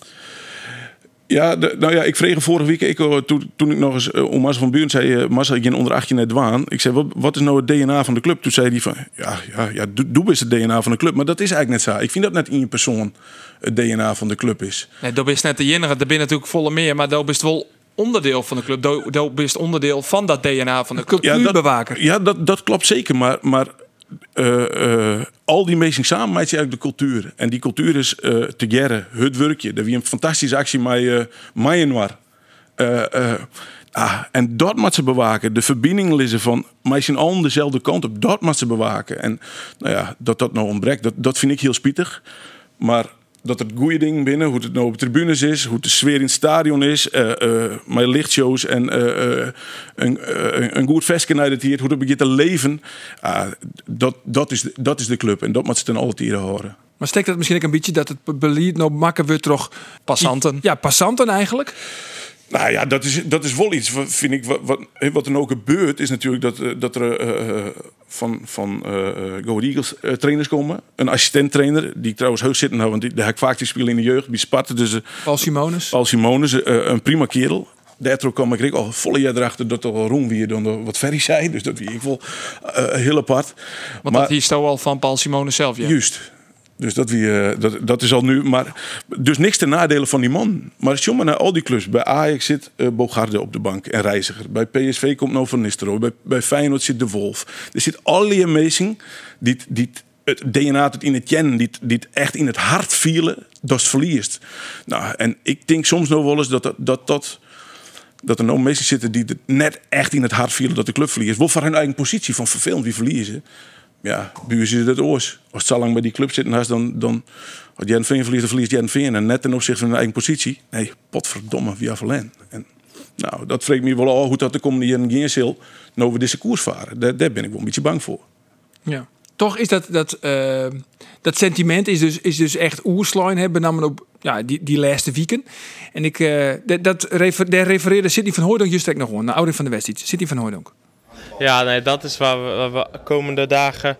Ja, de, nou ja, ik vreeg vorige week, ik, toen, toen ik nog eens uh, om Marcel van Buren zei, uh, Marcel, je onder achtje net waan. Ik zei, wat, wat is nou het D N A van de club? Toen zei hij van, ja, ja, ja doe is het D N A van de club. Maar dat is eigenlijk net zo. Ik vind dat net in je persoon het D N A van de club is. Nee, dat is net de enige. Er ben natuurlijk volle meer, maar dat is wel onderdeel van de club. Dat is onderdeel van dat D N A van de club. Cultuurbewaker. Ja, dat, ja dat, dat klopt zeker. Maar, maar uh, uh, al die mensen samen maakt je eigenlijk de cultuur. En die cultuur is uh, te gerren, het werkje. Dat was een fantastische actie met uh, Myanmar. Uh, uh, ah, en dat moet ze bewaken. De verbinding liggen van mij zijn allen dezelfde kant op. Dat moet ze bewaken. En nou ja, dat dat nou ontbreekt, dat, dat vind ik heel spietig. Maar dat het goede ding binnen, hoe het nou op de tribunes is, hoe de sfeer in het stadion is, uh, uh, met lichtshows en uh, uh, een, uh, een goed festje naar het hier, hoe het begint te leven, uh, dat, dat, is de, dat is de club en dat moet ze ten alle tijden horen. Maar steekt dat misschien ook een beetje dat het beleid nou makken we toch passanten? Ja, passanten eigenlijk. Nou ja, dat is, dat is wel iets, vind ik. Wat, wat, wat er nou gebeurt, is natuurlijk dat, dat er uh, van, van uh, Go Ahead Eagles uh, trainers komen. Een assistent-trainer, die ik trouwens heus zitten had, want die, die heb ik vaak gespeeld in de jeugd, bij Sparta. Dus, uh, Paul Simonis. Paul Simonis, uh, een prima kerel. Daardoor kwam ik al volle jaar erachter dat er wel roem weer dan wat Ferry zei. Dus dat wie ik wel uh, heel apart. Want maar, dat hier stond al van Paul Simonis zelf, ja. Juist. Dus dat, wie, uh, dat, dat is al nu. Maar, dus niks ten nadele van die man. Maar als je maar naar al die clubs. Bij Ajax zit uh, Bogarde op de bank en Reiziger. Bij P S V komt nou Van Nistelrooy. Bij, bij Feyenoord zit De Wolf. Er zit allerlei mensen die, die het D N A tot in het kennen. Die, die het echt in het hart vielen. Dat is verliest. Nou, en ik denk soms nog wel eens dat dat... dat, dat dat er nou mensen zitten die het net echt in het hart vielen dat de club verliest. Wel voor hun eigen positie van vervelend wie verliezen. Ja, bij u is het oors. Als het zo lang bij die club zitten, dan, dan als Heerenveen verliest, dan verliest Heerenveen. En net ten opzichte van hun eigen positie. Nee, potverdomme, via Verlen. En nou, dat vreekt me wel al hoe dat de komende jaren Geersil nou we deze koers varen. Daar, daar ben ik wel een beetje bang voor. Ja. Toch is dat, dat, uh, dat sentiment is dus, is dus echt oerslaan hebben, namelijk op ja, die, die laatste weken. En ik, uh, dat, dat refer, daar refereerde Sidney van Hooijdonk juist nog gewoon, de ouder van de wedstrijd. Sidney van Hooijdonk. Ja, nee, dat is waar we, waar we komende dagen...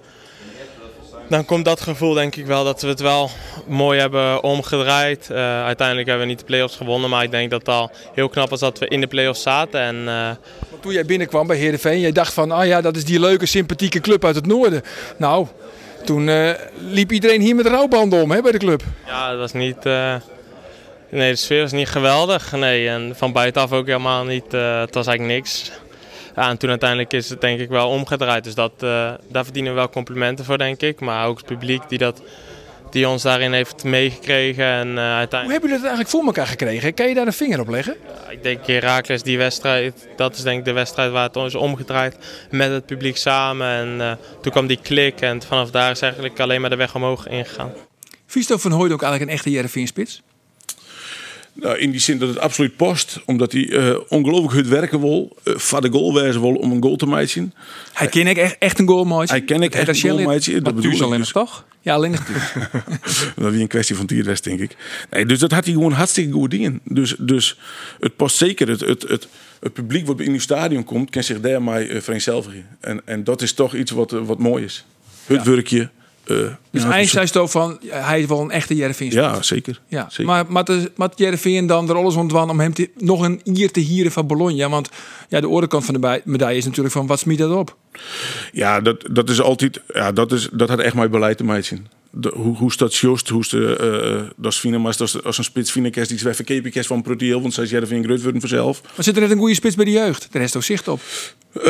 Dan komt dat gevoel denk ik wel dat we het wel mooi hebben omgedraaid. Uh, uiteindelijk hebben we niet de play-offs gewonnen, maar ik denk dat het al heel knap was dat we in de play-offs zaten. En, uh... Toen jij binnenkwam bij Heerenveen, jij dacht van, ah ja, dat is die leuke, sympathieke club uit het noorden. Nou, Toen uh, liep iedereen hier met rouwbanden om, hè, bij de club. Ja, dat was niet... Uh... Nee, de sfeer was niet geweldig. Nee, en van buitenaf ook helemaal niet. Uh, het was eigenlijk niks. Ja, en toen uiteindelijk is het denk ik wel omgedraaid. Dus dat, uh, daar verdienen we wel complimenten voor, denk ik. Maar ook het publiek die, dat, die ons daarin heeft meegekregen. En, uh, uiteindelijk... Hoe hebben jullie dat eigenlijk voor elkaar gekregen? Kan je daar een vinger op leggen? Ja, ik denk Heracles, die wedstrijd, dat is denk ik de wedstrijd waar het is omgedraaid. Met het publiek samen. En uh, toen kwam die klik en vanaf daar is eigenlijk alleen maar de weg omhoog ingegaan. Visto van Hooyd ook eigenlijk een echte Heerenveen-spits? Nou, in die zin dat het absoluut past. Omdat hij uh, ongelooflijk hard werken wil. Uh, voor de goal wijzen wil om een goal te maken. Hij ken ik echt, echt een goal maken. Hij ken ik echt een goal maken. Dat bedoel ik alleen dus. Toch? Ja, alleen nog dat is een kwestie van tierwest, denk ik. Nee, dus dat had hij gewoon hartstikke goed dingen. Dus, dus het past zeker. Het, het, het, het publiek wat in uw stadion komt, kan zich daarmee uh, vereenzelvigen. En, en dat is toch iets wat, uh, wat mooi is. Het ja. werkje. Uh, dus ja, hij zei toch van, hij is wel een echte Heerenveen. Ja, zeker. Ja. zeker. Maar met Heerenveen dan er alles ontwan om hem te, nog een ier te hieren van Bologna. Want ja, de andere kant van de medaille is natuurlijk van, wat smiet dat op? Ja, dat, dat is altijd, ja, dat, is, dat had echt mijn beleid te maken. De, hoe, hoe staat Joost, hoe de, uh, dat is fine, maar als, als een spits Finekes die is verkepen van Protiel, want zij zeggen Heerenveen groot worden vanzelf. Maar zit er net een goede spits bij de jeugd? Daar is toch zicht op? Uh,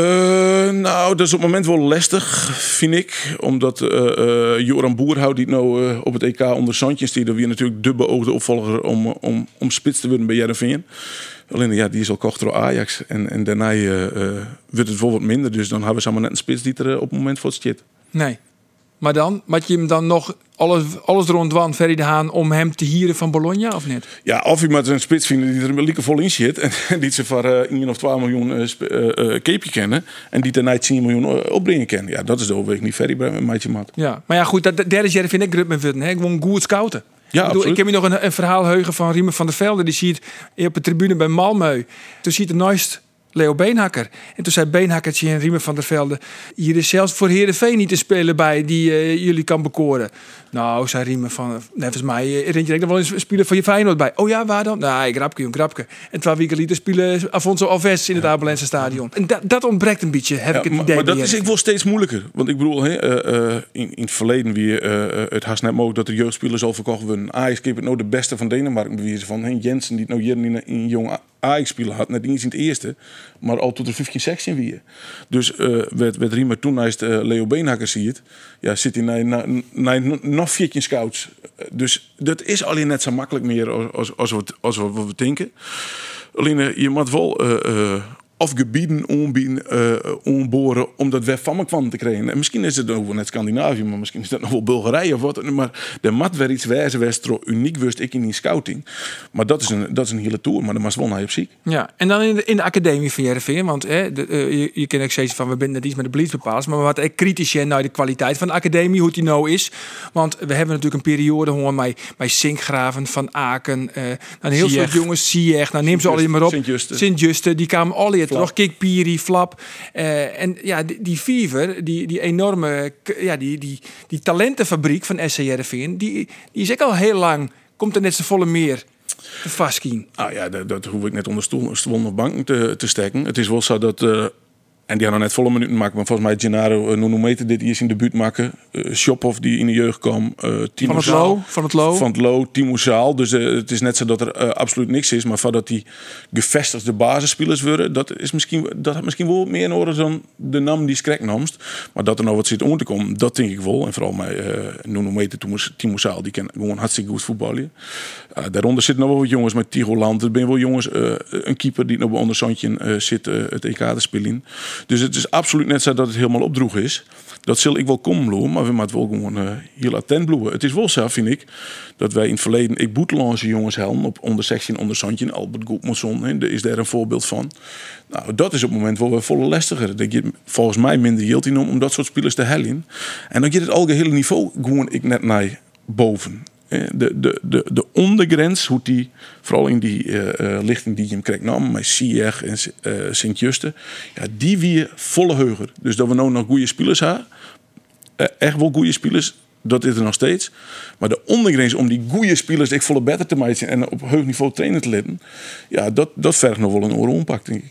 nou, dat is op het moment wel lastig, vind ik. Omdat uh, uh, Joran Boerhout, die nou uh, op het E K onder Santjes die er weer natuurlijk de beoogde opvolger om, om, om spits te worden bij Heerenveen. Alleen ja, die is al kocht door Ajax. En, en daarna uh, uh, wordt het wel wat minder. Dus dan hebben we samen net een spits die er uh, op het moment voor het zit. Nee. Maar dan, moet je hem dan nog alles, alles rondwan, Ferry de Haan, om hem te hieren van Bologna, of niet? Ja, of je moet een spits vinden die er een beetje vol in zit. En die ze voor uh, één of twee miljoen uh, uh, uh, keepje kennen. En die daarna tien miljoen uh, opbrengen kennen. Ja, dat is de overweging die Ferry bij mij maat. Ja, maar ja, goed, dat derde jaar vind ik grut met Vutten. Gewoon goed scouten. Ja, ik, bedoel, ik heb hier nog een, een verhaal heugen van Riemer van der Velde. Die ziet op de tribune bij Malmö. Toen ziet de Noist Leo Beenhakker. En toen zei Beenhakkertje en Riemer van der Velde, hier is zelfs voor Heerenveen niet te spelen bij die uh, jullie kan bekoren. Nou, zei Riemer van, nee, volgens mij uh, rent je er wel een speler van je Feyenoord bij. Oh ja, waar dan? Nou, ik grapje, een grapje. En twee weken later spelen Afonso Alves in het Abelense stadion. En dat, dat ontbreekt een beetje, heb ja, ik het maar, idee. Maar dat is ik wel steeds moeilijker. Want ik bedoel, he, uh, uh, in, in het verleden weer uh, het haast net mogelijk dat de jeugdspelers al verkocht worden. Ajax heeft het nou de beste van Denemarken bewezen van. He, Jensen, die het nou hier in een jong Ajax-speler had, net niet in het eerste, maar al tot de vijftien section weer. Dus uh, werd, werd Riemer toen naast uh, Leo Beenhakker zie het, ja, zit hij naar, naar, naar nog veertien scouts. Dus dat is alleen net zo makkelijk meer als, als, wat, als wat we denken. Alleen uh, je moet wel uh, uh, of gebieden ombieden, uh, omboren om dat weg van me kwam te krijgen. En misschien is het nog wel net Scandinavië, maar misschien is dat nog wel Bulgarije of wat. Maar er moet weer iets wijzen, westro uniek wist ik in die scouting. Maar dat is een, dat is een hele tour, maar dan was wel naar je ziek. Ja, en dan in de, in de academie van Heerenveen, want hè, de, uh, je, je kan ook zeggen van we zijn net iets met de Bleeds bepaald, maar wat ik kritisch zijn naar de kwaliteit van de academie, hoe die nou is. Want we hebben natuurlijk een periode gewoon bij, bij Sinkgraven, Van Aken, uh, een heel soort jongens, Sieg, nou neem ze al maar op. Sint-Juste. Sint-Juste, die kwamen al hier terug. Kik, Piri, Flap. Uh, en ja, die, die Fever, die, die enorme, ja, die, die, die talentenfabriek van S C Heerenveen, die, die is ook al heel lang, komt er net z'n volle meer te vastkien. Ah ja, dat, dat hoef ik net onder stoel, stoel of bank te, te steken. Het is wel zo dat... Uh, en die hadden net volle minuten maken, maar volgens mij Gennaro uh, Nuno Meter dit eerst in de debuut maken. Uh, Shophoff die in de jeugd kwam. Uh, van het Lo, van het Lo. Van het Lo, Timo Zaal. Dus uh, het is net zo dat er uh, absoluut niks is, maar voordat die gevestigde basisspelers worden, dat is misschien dat had misschien wel meer in orde dan de naam die Skrek namst. Maar dat er nou wat zit om te komen, dat denk ik wel. En vooral mij uh, Nuno Meter, Timo Zaal, die kan gewoon hartstikke goed voetballen. Uh, daaronder zitten nog wel wat jongens met Tigoland. Er zijn wel jongens, uh, een keeper die nog bij onder Santje uh, zit uh, het E K te spelen. Dus het is absoluut net zo dat het helemaal opdroeg is. Dat zal ik wel komen bloeien, maar we moeten wel gewoon uh, heel attent bloeien. Het is wel zo, vind ik, dat wij in het verleden... Ik boetelange jongens helden op onder sectie en onder Santje. Albert Goedmanson is daar een voorbeeld van. Nou, dat is op het moment wel weer volle lastiger. Dat je volgens mij minder yield in om dat soort spelers te hellen. En dan gaat het algehele niveau gewoon ik net naar boven. De, de, de, de ondergrens, hoe die, vooral in die uh, uh, lichting die je hem krijgt nam, met Sieg en uh, Sint-Juste, ja, die weer volle heuger. Dus dat we nou nog goede spelers hebben, uh, echt wel goede spelers, dat is er nog steeds. Maar de ondergrens om die goede spelers echt volle beter te maken en op hoog niveau trainen te letten, ja, dat, dat vergt nog wel een oren ompak, denk ik. Ja.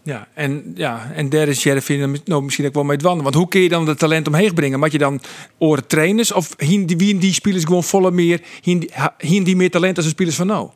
Ja, en, ja, en daar is Heerenveen nou misschien ook wel mee dwanden. Want hoe kun je dan het talent omheen brengen? Moet je dan oren trainers? Of hien die, wie die spelers gewoon volle meer, hien, hien die meer talent als de spelers van nou?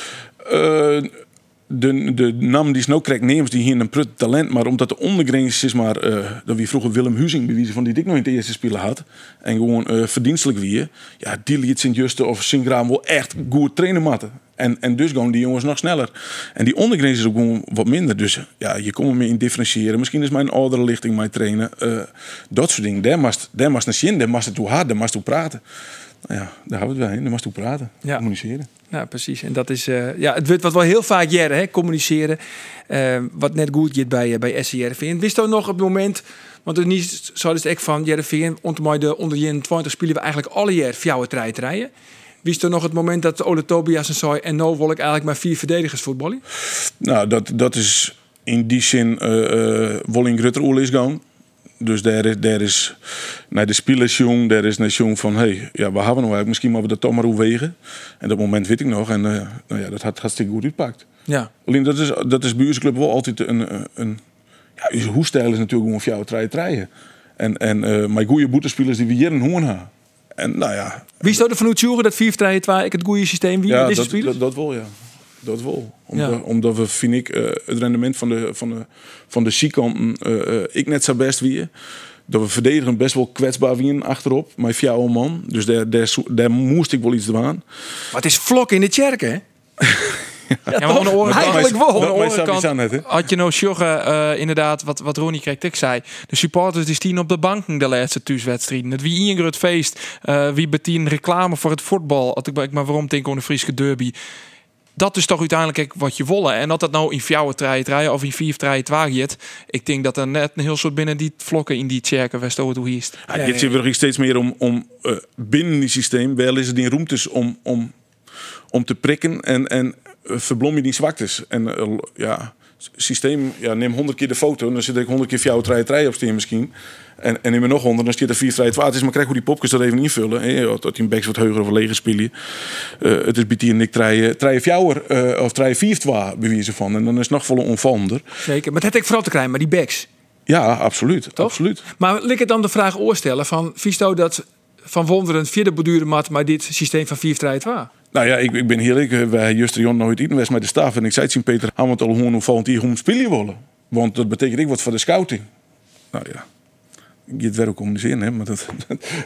Uh, de, de naam die is nou krijgt neemt, die hier een prut talent. Maar omdat de ondergrens is maar, uh, dat wie vroeger Willem Huizing bewijzen van die ik nog in het eerste spelen had. En gewoon uh, verdienstelijk wie. Ja, die liet Sint-Juste of Sint-Graan wel echt goed trainen matten. En, en dus gaan die jongens nog sneller. En die ondergrens is ook gewoon wat minder. Dus ja, je komt er meer in differentiëren. Misschien is mijn oudere lichting mijn trainen. Uh, dat soort dingen. Daar moest daar naar zien, daar moest het toe hard, daar moest toe praten. Nou ja, daar hebben we het bij. Daar moest toe praten. Ja. Communiceren. Ja, precies. En dat is, uh, ja, het wordt wat wel heel vaak jaren, hè, communiceren. Uh, wat net goed gaat bij, uh, bij S C Heerenveen. Wist je nog op het moment, want het niet zo is het echt van Heerenveen, onder de onder eenentwintig spelen we eigenlijk alle jaar fjouwe trein rijden. Wist er nog het moment dat Ole Tobias en zei en nou wil ik eigenlijk maar vier verdedigers voetballen? Nou, dat, dat is in die zin uh, uh, Wolling Rutter is gaan. Dus daar is, daar is naar de spelers jong, daar is naar jong van hey, ja, we hebben nog eigenlijk, misschien moeten we dat toch maar overwegen. En dat moment weet ik nog en uh, nou ja, dat had hartstikke goed uitpakt. Ja. Alleen dat is, dat is bij onze club wel altijd een, een ja, onze hoestijl is natuurlijk gewoon voor jou treien treien. En, en uh, mijn goede boetespelers die we hier een hoorn hebben. En nou ja. Wie is er van Oetsjoeren dat vier drie twee ik het goede systeem wie ja, deze dat, spelers? dat, dat wel, ja. Dat wel. Omdat, Ja. omdat we, vind ik, uh, het rendement van de, van de, van de C-kanten uh, uh, ik net zo best wie. Dat we verdedigen best wel kwetsbaar wie achterop. Maar jouw man. Dus daar, daar, daar moest ik wel iets doen. Maar het is vlok in de kerk, hè? Ja, maar aan de andere kant- Eigenlijk wel. Aan de Maar- maar andere staat kant iets aan het, hè? had je nou Sjogge, uh, inderdaad, wat, wat Ronnie kreeg ik zei. De supporters die stien op de banken de laatste thuiswedstrijden. Het wie een groot feest. Uh, wie betien reclame voor het voetbal. Had ik maar waarom denk aan de Friese derby. Dat is toch uiteindelijk wat je willen. En dat dat nou in fjouwe treien treien of in vier treien twagiet. Ik denk dat er net een heel soort binnen die vlokken in die tjerken West hoe hiest. Ja, dit zie je steeds meer om, om uh, binnen die systeem. Wel is het in ruimtes om, om, om te prikken en, en uh, verblom je die zwaktes. En uh, ja, systeem, ja, neem honderd keer de foto. Dan zit ik honderd keer fjouwe treien treien op steen misschien. En, en neem er nog honderd, dan staat er vier vrij twaalf. Het is maar krijg hoe die popjes dat even invullen. Hè? Dat die een beks wat heuger of leger spelen. Uh, het is bij die en ik treien treien fjouwer uh, of treien vier twaalf bewijzen van. En dan is het nog volle onvallender. Zeker. Maar dat heb ik vooral te krijgen, maar die backs. Ja, absoluut. Toch? Absoluut. Maar lik het dan de vraag oorstellen van Visto dat van wonderen vierde borduren mat, maar dit systeem van vier drie twee. Nou ja, ik, ik ben heerlijk. Wij Juster Jon nooit eten was met de staf. En ik zei het zien Peter, gaan we het al gewoon hoe volgend jaar hoe spelen willen. Want dat betekent ik wat voor de scouting. Nou ja. Je het werk communiceren, hè? Maar dat,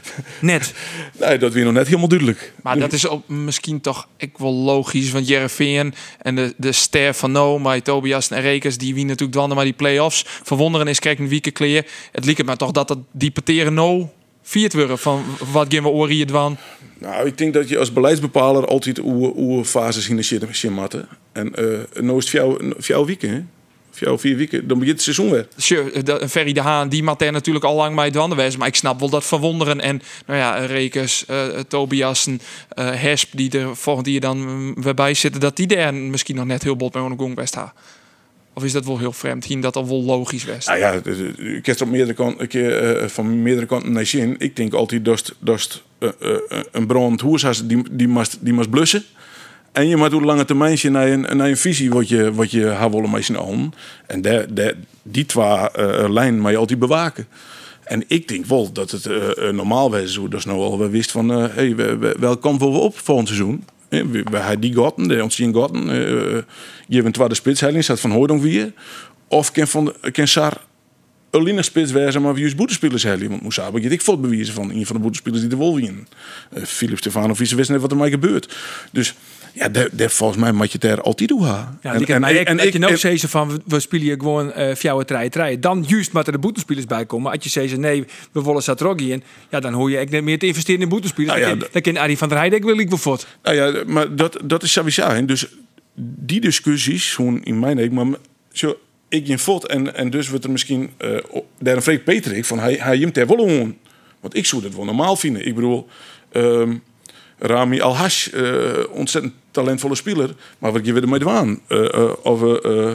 Net. nee, dat weer nog net helemaal duidelijk. Maar dat is ook misschien toch ik wel logisch. Want Heerenveen en de, de ster van No, maar Tobias en Rekers, die wie natuurlijk dwanden maar die play-offs. Verwonderen is, kijk een weekend kleer. Het liep het maar toch dat dat die pateren No viert worden van wat gaan we oren hier dwan. Nou, ik denk dat je als beleidsbepaler altijd hoe, hoe fases in de shit shit matten. En uh, nou is het voor jou, voor jou weken, hè? Voor jou vier weken, dan begint het seizoen weer. Sure, de- Ferry de Haan, die mat er natuurlijk al lang bij dwanden was. Maar ik snap wel dat Verwonderen en nou ja, Rekers, uh, Tobiasen, uh, Hesp, die er volgend jaar dan mm, weer bij zitten, dat die daar misschien nog net heel bot bij een gong best ha. Of is dat wel heel vreemd? Ging dat al wel logisch was? Nou ja, ik heb er op meerdere kanten, ik, uh, van meerdere kanten naar zien. Ik denk altijd dat dat uh, uh, een brand hoers die die must die must blussen. En je moet op lange termijn naar een naar een visie wat je wat je haar willen met z'n allen. En daar daar die twee uh, lijn maar je altijd bewaken. En ik denk wel dat het uh, uh, normaal was zo. Dat is nou al we wist van uh, hey, we, we, welk kant willen we op volgend seizoen. We, we, we hebben die gaten, de ontzien gaten. Uh, je bent tweede spitsheiling staat van Hooydonk weer. Of kan van kan Sar alleen spits wezen, maar wie is boetespelers heiling. Want Moussa heb ik voor bewijzen van een van de boetespelers die er wel winnen. Uh, Philip Stefanovic wist net wat er mij gebeurt. Dus ja, daar, daar volgens mij moet je het daar altijd doen. Ja, die en, en, en, en je nou zeggen van we, we spelen hier gewoon uh, fjouwe treien treien. Dan juist moet er de boetespelers bij komen. Als je zegt nee, we willen Satroggi in. Ja, dan hoor je echt niet meer te investeren in boetespelers. Nou ja, dan, dan kan Arie van der Heijden wil ik wel voort. Nou ja, maar dat, dat is sowieso. Dus die discussies, gewoon in mijn ogen, maar zo, ik in fot en, en dus wordt er misschien uh, daar een vreemd Peter ik van hij hij jimt er wel gewoon. Want ik zou dat wel normaal vinden. Ik bedoel, um, Rami Alhash, uh, ontzettend talentvolle speler, maar wat je weer ermee aan? Uh, uh, of uh, uh,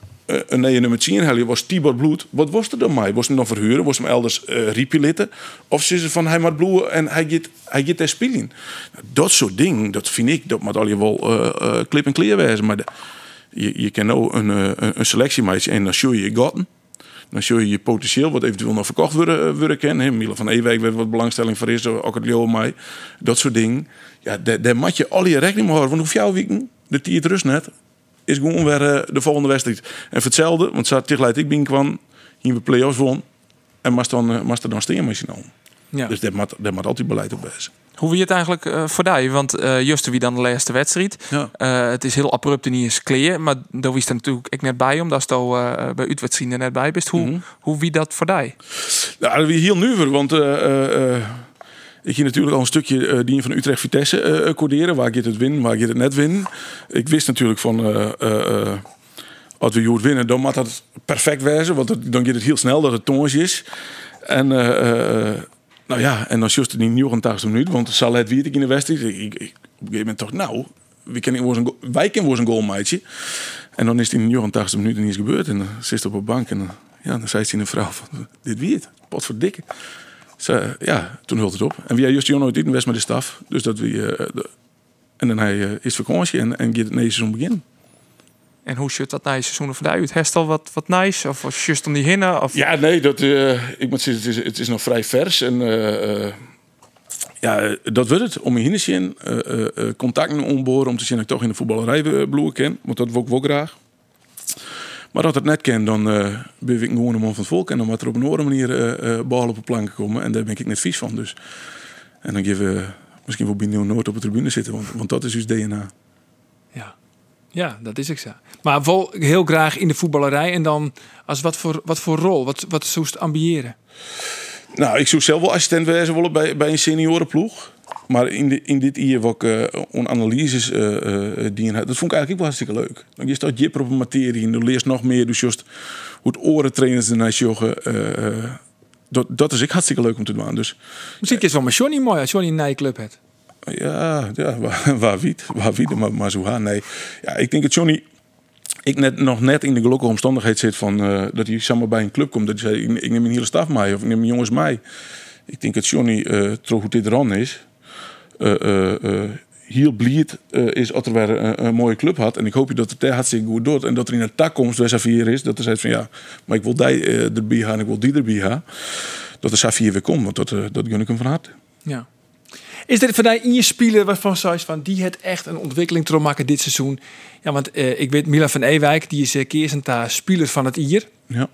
een nieuwe nummer tien helje was Tibor Bloed. Wat was er dan mij? Was hem nog verhuren? Was hem elders uh, riepje Of ze ze van hij moet bloeien en hij gaat hij gaat daar spelen. Nou, dat soort dingen, dat vind ik dat moet al je wel uh, uh, klip en kleer wezen. Maar de, je, je kan ook een, een, een selectie maken en dan show je je gaten. Dan show je je potentieel, wat eventueel nog verkocht worden, worden kan. He, Milan van Ewijk werd wat belangstelling voor is, ook het Leo mij. Dat soort dingen. Ja, daar, daar moet je al je rekening mee houden. Want hoef jouw weken, de tiert rust net, is gewoon weer uh, de volgende wedstrijd. En voor hetzelfde, want zo tegelijk ik binnenkwam, hier we play-offs won. En moest dan, uh, moest er dan steen met je nou. Ja. Dus daar moet, daar moet altijd beleid op wezen. Hoe wie het eigenlijk uh, voor die? Want uh, juist wie dan de laatste wedstrijd. Ja. Uh, het is heel abrupt en niet eens clear. Maar daar was er natuurlijk ik net bij, omdat je uh, bij uitwedstrijden er net bij bent. Hoe, mm-hmm. hoe wie dat voor die? Nou, dat is heel nuver, want uh, uh, ik ging natuurlijk al een stukje uh, die van Utrecht Vitesse uh, coderen. Waar ik het win, waar ik het net win. Ik wist natuurlijk van uh, uh, als we Jood winnen, dan moet dat perfect wezen, want het, dan gaat het heel snel dat het tongers is. En uh, uh, nou ja, en dan juist in die negenentachtigste minuut, want zal het weet ik in de wedstrijd. Ik, ik, op een gegeven moment toch, nou, we kennen wel een, wij kennen wel een goalmeidje. En dan is het in de negenentachtigste minuut niets gebeurd. En dan zit ze op een bank en dan, ja, dan zei ze in een vrouw van, dit wie het, pot voor dikke. Ze, ja, toen hield het op. En we hebben juist nooit in met de staf, dus dat we, uh, de, en dan hij uh, is vakantie en, en gaat het nieuwe seizoen beginnen. En hoe zit dat na je seizoen voor uit? Herstel wat, wat nice? Of was just om die hinnen? Of? Ja, nee, dat, uh, ik moet zeggen, het is, het is nog vrij vers. En uh, uh, ja, dat wordt het. Om je heen te zien, uh, uh, contacten omboren, om te zien dat ik toch in de voetballerij bloeien ken. Want dat wil ik wel graag. Maar dat het net ken, dan uh, ben ik gewoon een man van het volk. En dan moet er op een andere manier uh, uh, ballen op een plank komen. En daar ben ik net vies van. Dus. En dan geven we misschien wel binnen nooit op de tribune zitten. Want, want dat is dus D N A. Ja. Ja, dat is ik zo. Maar wel heel graag in de voetballerij. En dan als wat voor, wat voor rol? Wat, wat zou je ambiëren? Nou, ik zou zelf wel assistent wezen willen bij, bij een seniorenploeg. Maar in, de, in dit jaar wat ik uh, on analyses uh, uh, die dat vond ik eigenlijk ook wel hartstikke leuk. Dan is dat jipper op een materie en dan leert nog meer. Dus just hoe het orentrainers ernaar joggen. Uh, uh, dat, dat is ik hartstikke leuk om te doen. Dus, misschien is het wel maar Johnny mooi als Johnny een nijclub heeft. Ja, ja, waar, waar wie waar wie maar, maar zo gaan. Nee, ja, ik denk dat Johnny, ik net nog net in de gelukkige omstandigheid zit van uh, dat hij samen bij een club komt. Dat hij zei, ik, ik neem een hele staf mee of ik neem een jongens mee. Ik denk dat Johnny uh, toch hoe dit eraan is. Uh, uh, uh, heel blied uh, is dat er weer een, een mooie club had. En ik hoop dat het daar hartstikke goed doet. En dat er in de takkomst bij Xavier is. Dat hij zegt van ja, maar ik wil die uh, erbij gaan en ik wil die erbij gaan. Dat de Xavier weer komt. Want dat, uh, dat gun ik hem van harte. Ja. Is er voor mij in je speler waarvan zou je van die het echt een ontwikkeling te maken dit seizoen? Ja, want uh, ik weet Milan van Ewijk, die is uh, Keersenta speler van het jaar. Ja.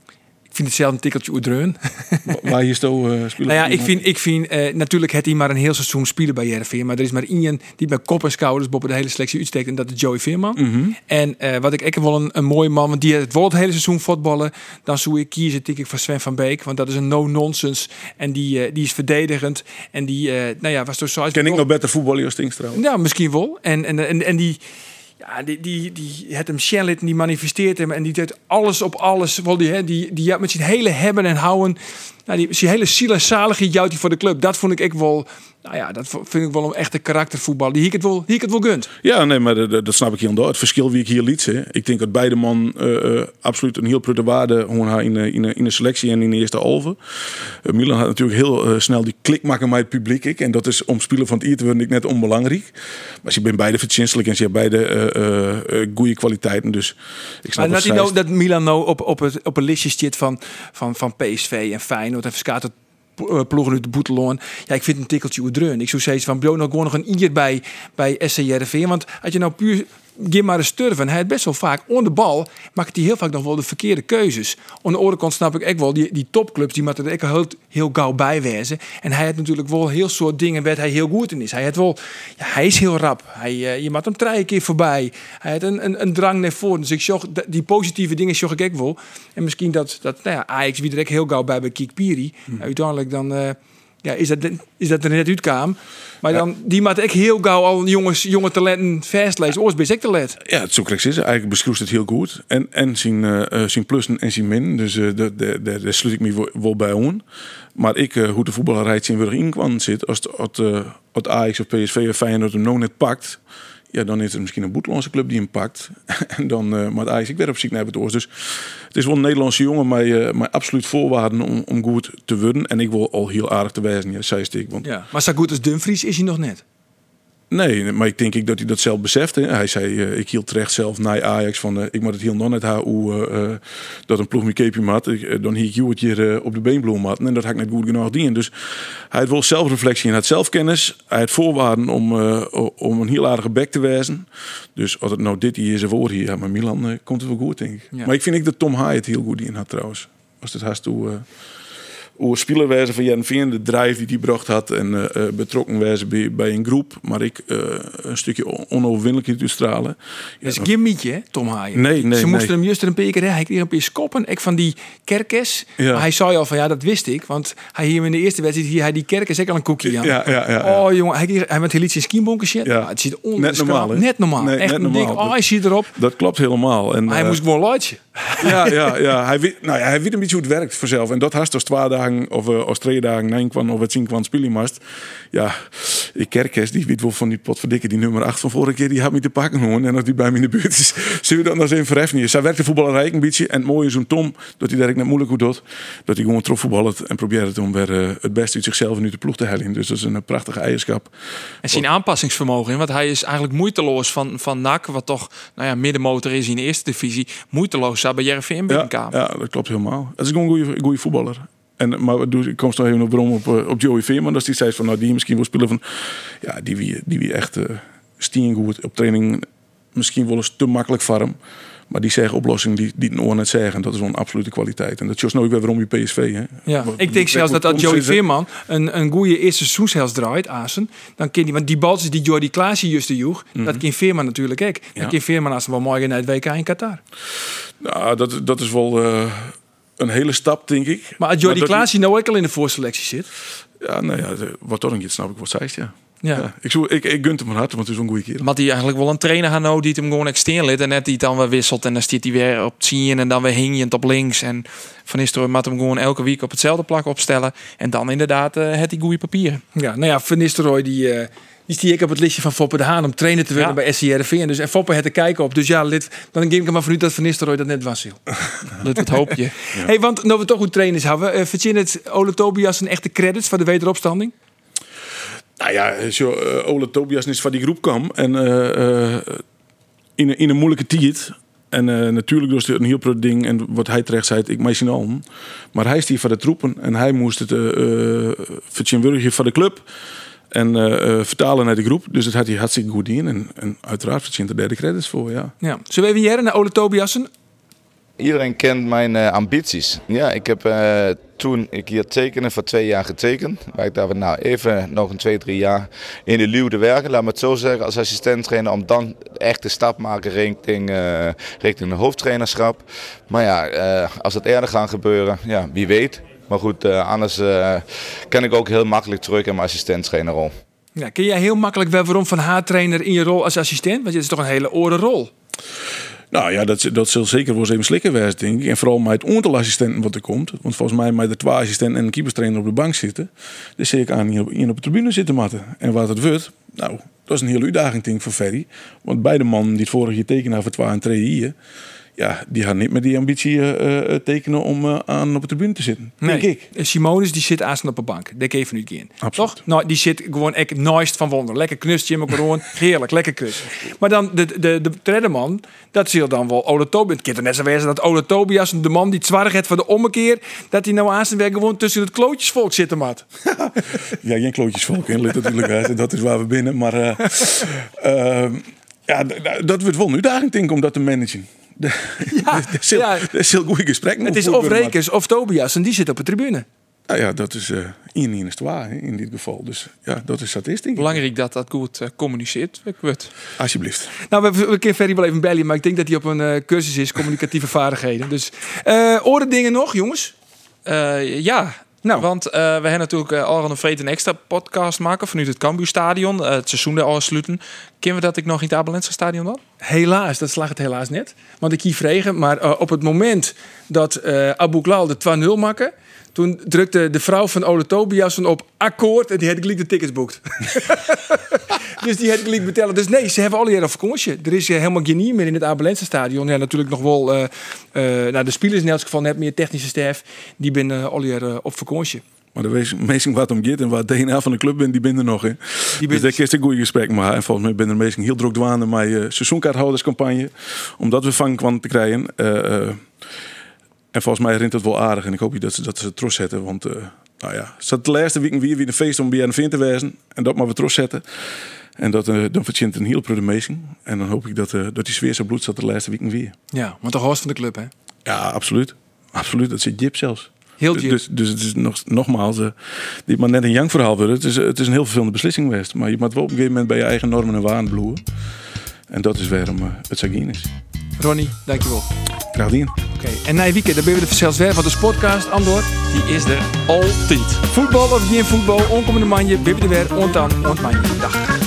Ik vind het zelf een tikkeltje oerdreun. Waar je zo uh, spelen? Nou ja, ik vind, ik vind uh, natuurlijk het hij maar een heel seizoen spelen bij Heerenveen, maar er is maar één die bij kop en schouders boven de hele selectie uitsteekt en dat is Joey Veerman. Mm-hmm. En uh, wat ik echt wel een, een mooie man, want die het wel het hele seizoen voetballen, dan zou ik kiezen tik ik voor Sven van Beek, want dat is een no-nonsense en die, uh, die is verdedigend en die, uh, nou ja, was toch zo. Ken ik nog beter voetballen als Stingstra? Ja, misschien wel. En en en, en die. Ja, die, die, die het hem Shellit en die manifesteert hem en die doet alles op alles. Wel die, die, die ja, met zijn hele hebben en houden. Nou, die, zijn hele ziel en zaligheid jouwt hij voor de club. Dat vond ik echt wel. Nou ja, dat vind ik wel een echte karaktervoetbal. Die ik het wel, die ik het wel gunt. Ja, nee, maar dat, dat snap ik heel door. Het verschil wie ik hier liet. Hè. Ik denk dat beide man uh, uh, absoluut een heel grote waarde gewoon in, in, in de selectie en in de eerste halve. Uh, Milan had natuurlijk heel uh, snel die klik maken met het publiek. Ik. En dat is om speler van het ier te worden net onbelangrijk. Maar ze zijn beide verdienstelijk en ze hebben beide uh, uh, goede kwaliteiten. Dus ik snap maar dat, nou, dat Milan nou op, op, het, op een listje zit van, van, van P S V en Feyenoord en Skaat ploegen uit de Boeteloon. Ja, ik vind een tikkeltje oerdreun. Ik zou zeggen van Bro nog gewoon nog een ier bij bij S C Heerenveen. Want als je nou puur geef maar een sturven. Hij heeft best wel vaak on de bal maakt hij heel vaak nog wel de verkeerde keuzes. Aan de andere kant snap ik ook wel die, die topclubs die moeten er ook heel, heel gauw bijwezen. En hij heeft natuurlijk wel heel soort dingen waar hij heel goed in is. Hij heeft wel, ja, hij is heel rap. Hij, uh, je moet hem drie keer voorbij. Hij heeft een, een, een drang naar voren. Dus ik zag die positieve dingen zag ik ook wel. En misschien dat dat nou ja, Ajax wie er ook heel gauw bij bij Kikpiri. Hmm. Uiteindelijk dan. Uh, Ja, is dat, is dat er net uitkwam. Maar dan, die maakt echt heel gauw al jongens, jonge talenten vastlezen. Oors ben ik talent. Ja, het zo correct is. Eigenlijk beschrijft het heel goed. En, en zijn, uh, zijn plussen en zijn min. Dus uh, daar sluit ik me wel bij aan. Maar ik, uh, hoe de voetballerij in weer inkwam zit. Als het uh, Ajax of P S V of Feyenoord hem nou net pakt. Ja, dan is het misschien een Boetelandse club die hem pakt. En dan, uh, maar Ajax, ik werd op ziek naar het oors. Dus het is wel een Nederlandse jongen met, uh, met absoluut voorwaarden om, om goed te worden. En ik wil al heel aardig te wijzen, ja, zei ik. Want... Ja, maar zo goed als Dumfries is hij nog net. Nee, maar ik denk ik dat hij dat zelf beseft. Hè. Hij zei, uh, ik hield terecht zelf naar Ajax van, uh, ik moet het heel nog net haar hoe uh, dat een ploeg met keepje mat. Uh, dan hiek je het hier uh, op de beenbloem mat. En dat had ik net goed genoeg dienen. Dus hij had wel zelfreflectie en had zelfkennis. Hij had voorwaarden om, uh, om een heel aardige bek te wezen. Dus als het nou dit hier is voor hier, ja, maar Milan uh, komt het wel goed, denk ik. Ja. Maar ik vind ik dat Tom Haaien het heel goed in had trouwens. Als het haast toe... Uh, Hoe spelerwijze van Jan Veen, de drive die hij bracht had en uh, betrokken wijze bij, bij een groep, maar ik uh, een stukje onoverwinnelijkheid uitstralen. Dat is geen mietje, hè, Tom Haaien. Nee, nee, Ze nee. moesten hem juist er een paar keer, hè. Hij kreeg een paar skoppen. Ik van die Kerkes. Ja. Maar hij zei al van ja, dat wist ik, want hij hier in de eerste wedstrijd hier hij die Kerkes ook al een koekje aan. Ja, ja, ja, ja. Oh jongen, hij kreeg, hij met heel iets in skienbonken shit. Ja. Nou, het ziet on- Net normaal, hè? net normaal. Nee, Echt net een dik. normaal. Oh, hij ziet erop. Dat klopt helemaal. En, Maar hij uh, moest gewoon luidje. Ja, ja, ja. Hij weet, nou ja, hij weet een beetje hoe het werkt vanzelf. En dat haast als twee dagen of uh, als twee dagen na kwam of het zien kwam spelen mast. Ja, ik Kerkes, die weet wel van die potverdikke, die nummer acht van vorige keer, die had me te pakken gewoon. En als die bij me in de buurt is, zullen we dat nog eens even verheffen. Zij werkt de voetballerij een beetje. En het mooie is zo'n Tom, dat hij daar net moeilijk goed doet. Dat hij gewoon trof voetballet en probeert het om weer uh, het beste uit zichzelf en uit de ploeg te hellen. Dus dat is een uh, prachtige eigenschap. En zijn aanpassingsvermogen in, want hij is eigenlijk moeiteloos van, van N A C, wat toch nou ja, middenmotor is in de eerste divisie. Moeiteloos zou bij Jereveen binnenkwamen. Ja, ja, dat klopt helemaal. Het is gewoon een goede, goede voetballer. En, maar ik kom zo even op brom op, op Joey Veerman. Dat is die zei van, nou die misschien wil spelen van... Ja, die wie, die wie echt uh, steengoed op training. Misschien wel eens te makkelijk voor hem. Maar die zeggen oplossing die, die het oor net zeggen. Dat is wel een absolute kwaliteit. En dat is nooit weer waarom je P S V. Hè. Ja, Wat, ik denk zelfs dat als Joey Veerman een, een goede eerste seizoenshelft draait, Asen, dan kan die, want die balletjes die Jordi Klaasje juist joeg, mm-hmm. dat kan Veerman natuurlijk ook. Dan ja. kan Veerman als wel mooi naar het W K in Qatar. Nou, dat, dat is wel uh, een hele stap, denk ik. Maar als Jordi Klaasje nou ook al in de voorselectie zit? Ja, nou ja, wat toch een keer snap ik wat zij ja. Ja. Ja, ik, zo, ik, ik gunt hem van harte, want het is een goede keer. Maar die eigenlijk wel een trainer gaan nou die het hem gewoon extern lid en net die het dan weer wisselt en dan stiet hij weer op zien en dan weer hingend op links en Van Nistelrooy moet hem gewoon elke week op hetzelfde plak opstellen en dan inderdaad uh, het die goede papieren. Ja, nou ja, Van Nistelrooy die uh, die stier ik op het listje van Foppe de Haan om trainer te worden ja. bij S C Heerenveen. Dus en Foppe had te kijken op. Dus ja, lid, dan ging ik er maar vanuit dat Van Nistelrooy dat net was. Dat het hoop je. Ja. Hey, want nou we toch goed trainers hebben, uh, verzin het Ole Tobias een echte credits voor de wederopstanding? Nou ja, zo, uh, Ole Tobias is van die groep kwam en uh, uh, in, een, in een moeilijke tijd. En uh, natuurlijk was het een heel groot ding en wat hij terecht zei, ik meisje al. Maar hij is hier van de troepen en hij moest het uh, uh, vertegenwoordigen van de club en uh, uh, vertalen naar de groep. Dus dat had hij hartstikke goed in en, en uiteraard verzint er derde credits voor, ja. Ja. Zullen we even jaren naar Ole Tobiasen? Iedereen kent mijn uh, ambities. Ja, ik heb uh, toen ik hier tekende voor twee jaar getekend. Maar ik dacht, nou even nog een twee, drie jaar in de luwte werken. Laat me het zo zeggen, als assistent-trainer. Om dan echt de stap maken richting, uh, richting een hoofdtrainerschap. Maar ja, uh, als dat eerder gaat gebeuren, ja, wie weet. Maar goed, uh, anders uh, kan ik ook heel makkelijk terug in mijn assistent-trainerrol. Ja, kun jij heel makkelijk wel waarom van H-trainer in je rol als assistent? Want het is toch een hele orenrol. Nou ja, dat, dat zal zeker wel eens even slikken wezen, denk ik. En vooral met het aantal assistenten wat er komt. Want volgens mij met de twee assistenten en een keeperstrainer op de bank zitten. Dus zie ik aan hier op, hier op de tribune zitten matten. En wat het wordt, nou, dat is een hele uitdaging, denk ik, voor Ferry. Want beide mannen die het vorig jaar tekenen voor twee en twee hier, ja, die gaan niet met die ambitie uh, tekenen om uh, aan op de tribune te zitten. Nee, denk ik. Simonis die zit aan op de bank. Denk even niet in. Absoluut. Toch? Nou, die zit gewoon echt nooist van wonder. Lekker knustje, maar gewoon heerlijk, lekker kus. Maar dan de, de, de derde man, dat zie je dan wel Ole Tobias. Het kan er net zo wezen dat Ole Tobias, de man die het zwaar heeft voor de ommekeer, dat hij nou aan zijn werk gewoon tussen het klootjesvolk zitten mat. Ja, geen klootjesvolk, hè, natuurlijk uit. Dat is waar we binnen. Maar uh, uh, ja, dat wordt wel een uitdaging, denk ik, om dat te managen. De, ja, dat is heel, ja. dat is heel goede gesprek. Het is of Rekers of Tobias en die zit op de tribune. Nou ja, dat is uh, één in is waar in dit geval. Dus ja, dat is statistiek. Belangrijk dat dat goed uh, communiceert wordt. Alsjeblieft. Nou, we, we kunnen Ferry wel even bellen, maar ik denk dat hij op een uh, cursus is, communicatieve vaardigheden. Dus, uh, oren dingen nog, jongens? Uh, ja. Nou. Want uh, we hebben natuurlijk uh, al een vreed een extra podcast maken vanuit het Cambuurstadion. Uh, het seizoen er al sluiten. Kennen we dat ik nog in het Abelense stadion dan? Helaas, dat slag het helaas net. Want ik hier vregen, maar uh, op het moment dat uh, Abu Klal de twee nul maakte, toen drukte de vrouw van Ole Tobias op akkoord en die had gelijk de tickets boekt. Dus die had gelijk betalen. Dus nee, ze hebben al hier op vakantie. Er is uh, helemaal geen meer in het Abelense stadion. Ja, natuurlijk nog wel. Uh, uh, nou, de spelers in elk geval net meer technische staf. Die ben uh, al hier uh, op vakantie. Maar de meesten wat om gaat en waar het D N A van de club bent, die binnen nog in. Dus daar is een goede gesprek maar. En volgens mij ben er meesten heel druk dwaande met uh, seizoenkaarthouderscampagne. Om dat weer vang kwam te krijgen. Uh, uh, en volgens mij rint het wel aardig. En ik hoop dat ze dat ze trots zetten. Want uh, nou ja, het zat de laatste week weer weer een feest om bij N V te wezen. En dat maar weer trots zetten. En dat, uh, dan verdient een heel prudent meesten. En dan hoop ik dat, uh, dat die sfeer zo bloed zat de laatste week weer. Ja, want de host van de club, hè? Ja, absoluut. Absoluut. Dat zit Jip zelfs. Heel dus, dus, dus het is nog, nogmaals, uh, dit maar net een jong verhaal worden. Het is, het is een heel vervelende beslissing geweest. Maar je moet wel op een gegeven moment bij je eigen normen en waarden bloeien. En dat is waarom uh, het Sagin is. Ronnie, dankjewel. Graag gedaan. Oké, okay. En na een weekend, dan ben we de verzels weer van de Sportcast. Andor, die is er altijd. Voetbal of geen voetbal, onkomende manje, ben we er weer, ontan, ontmanje. Dag.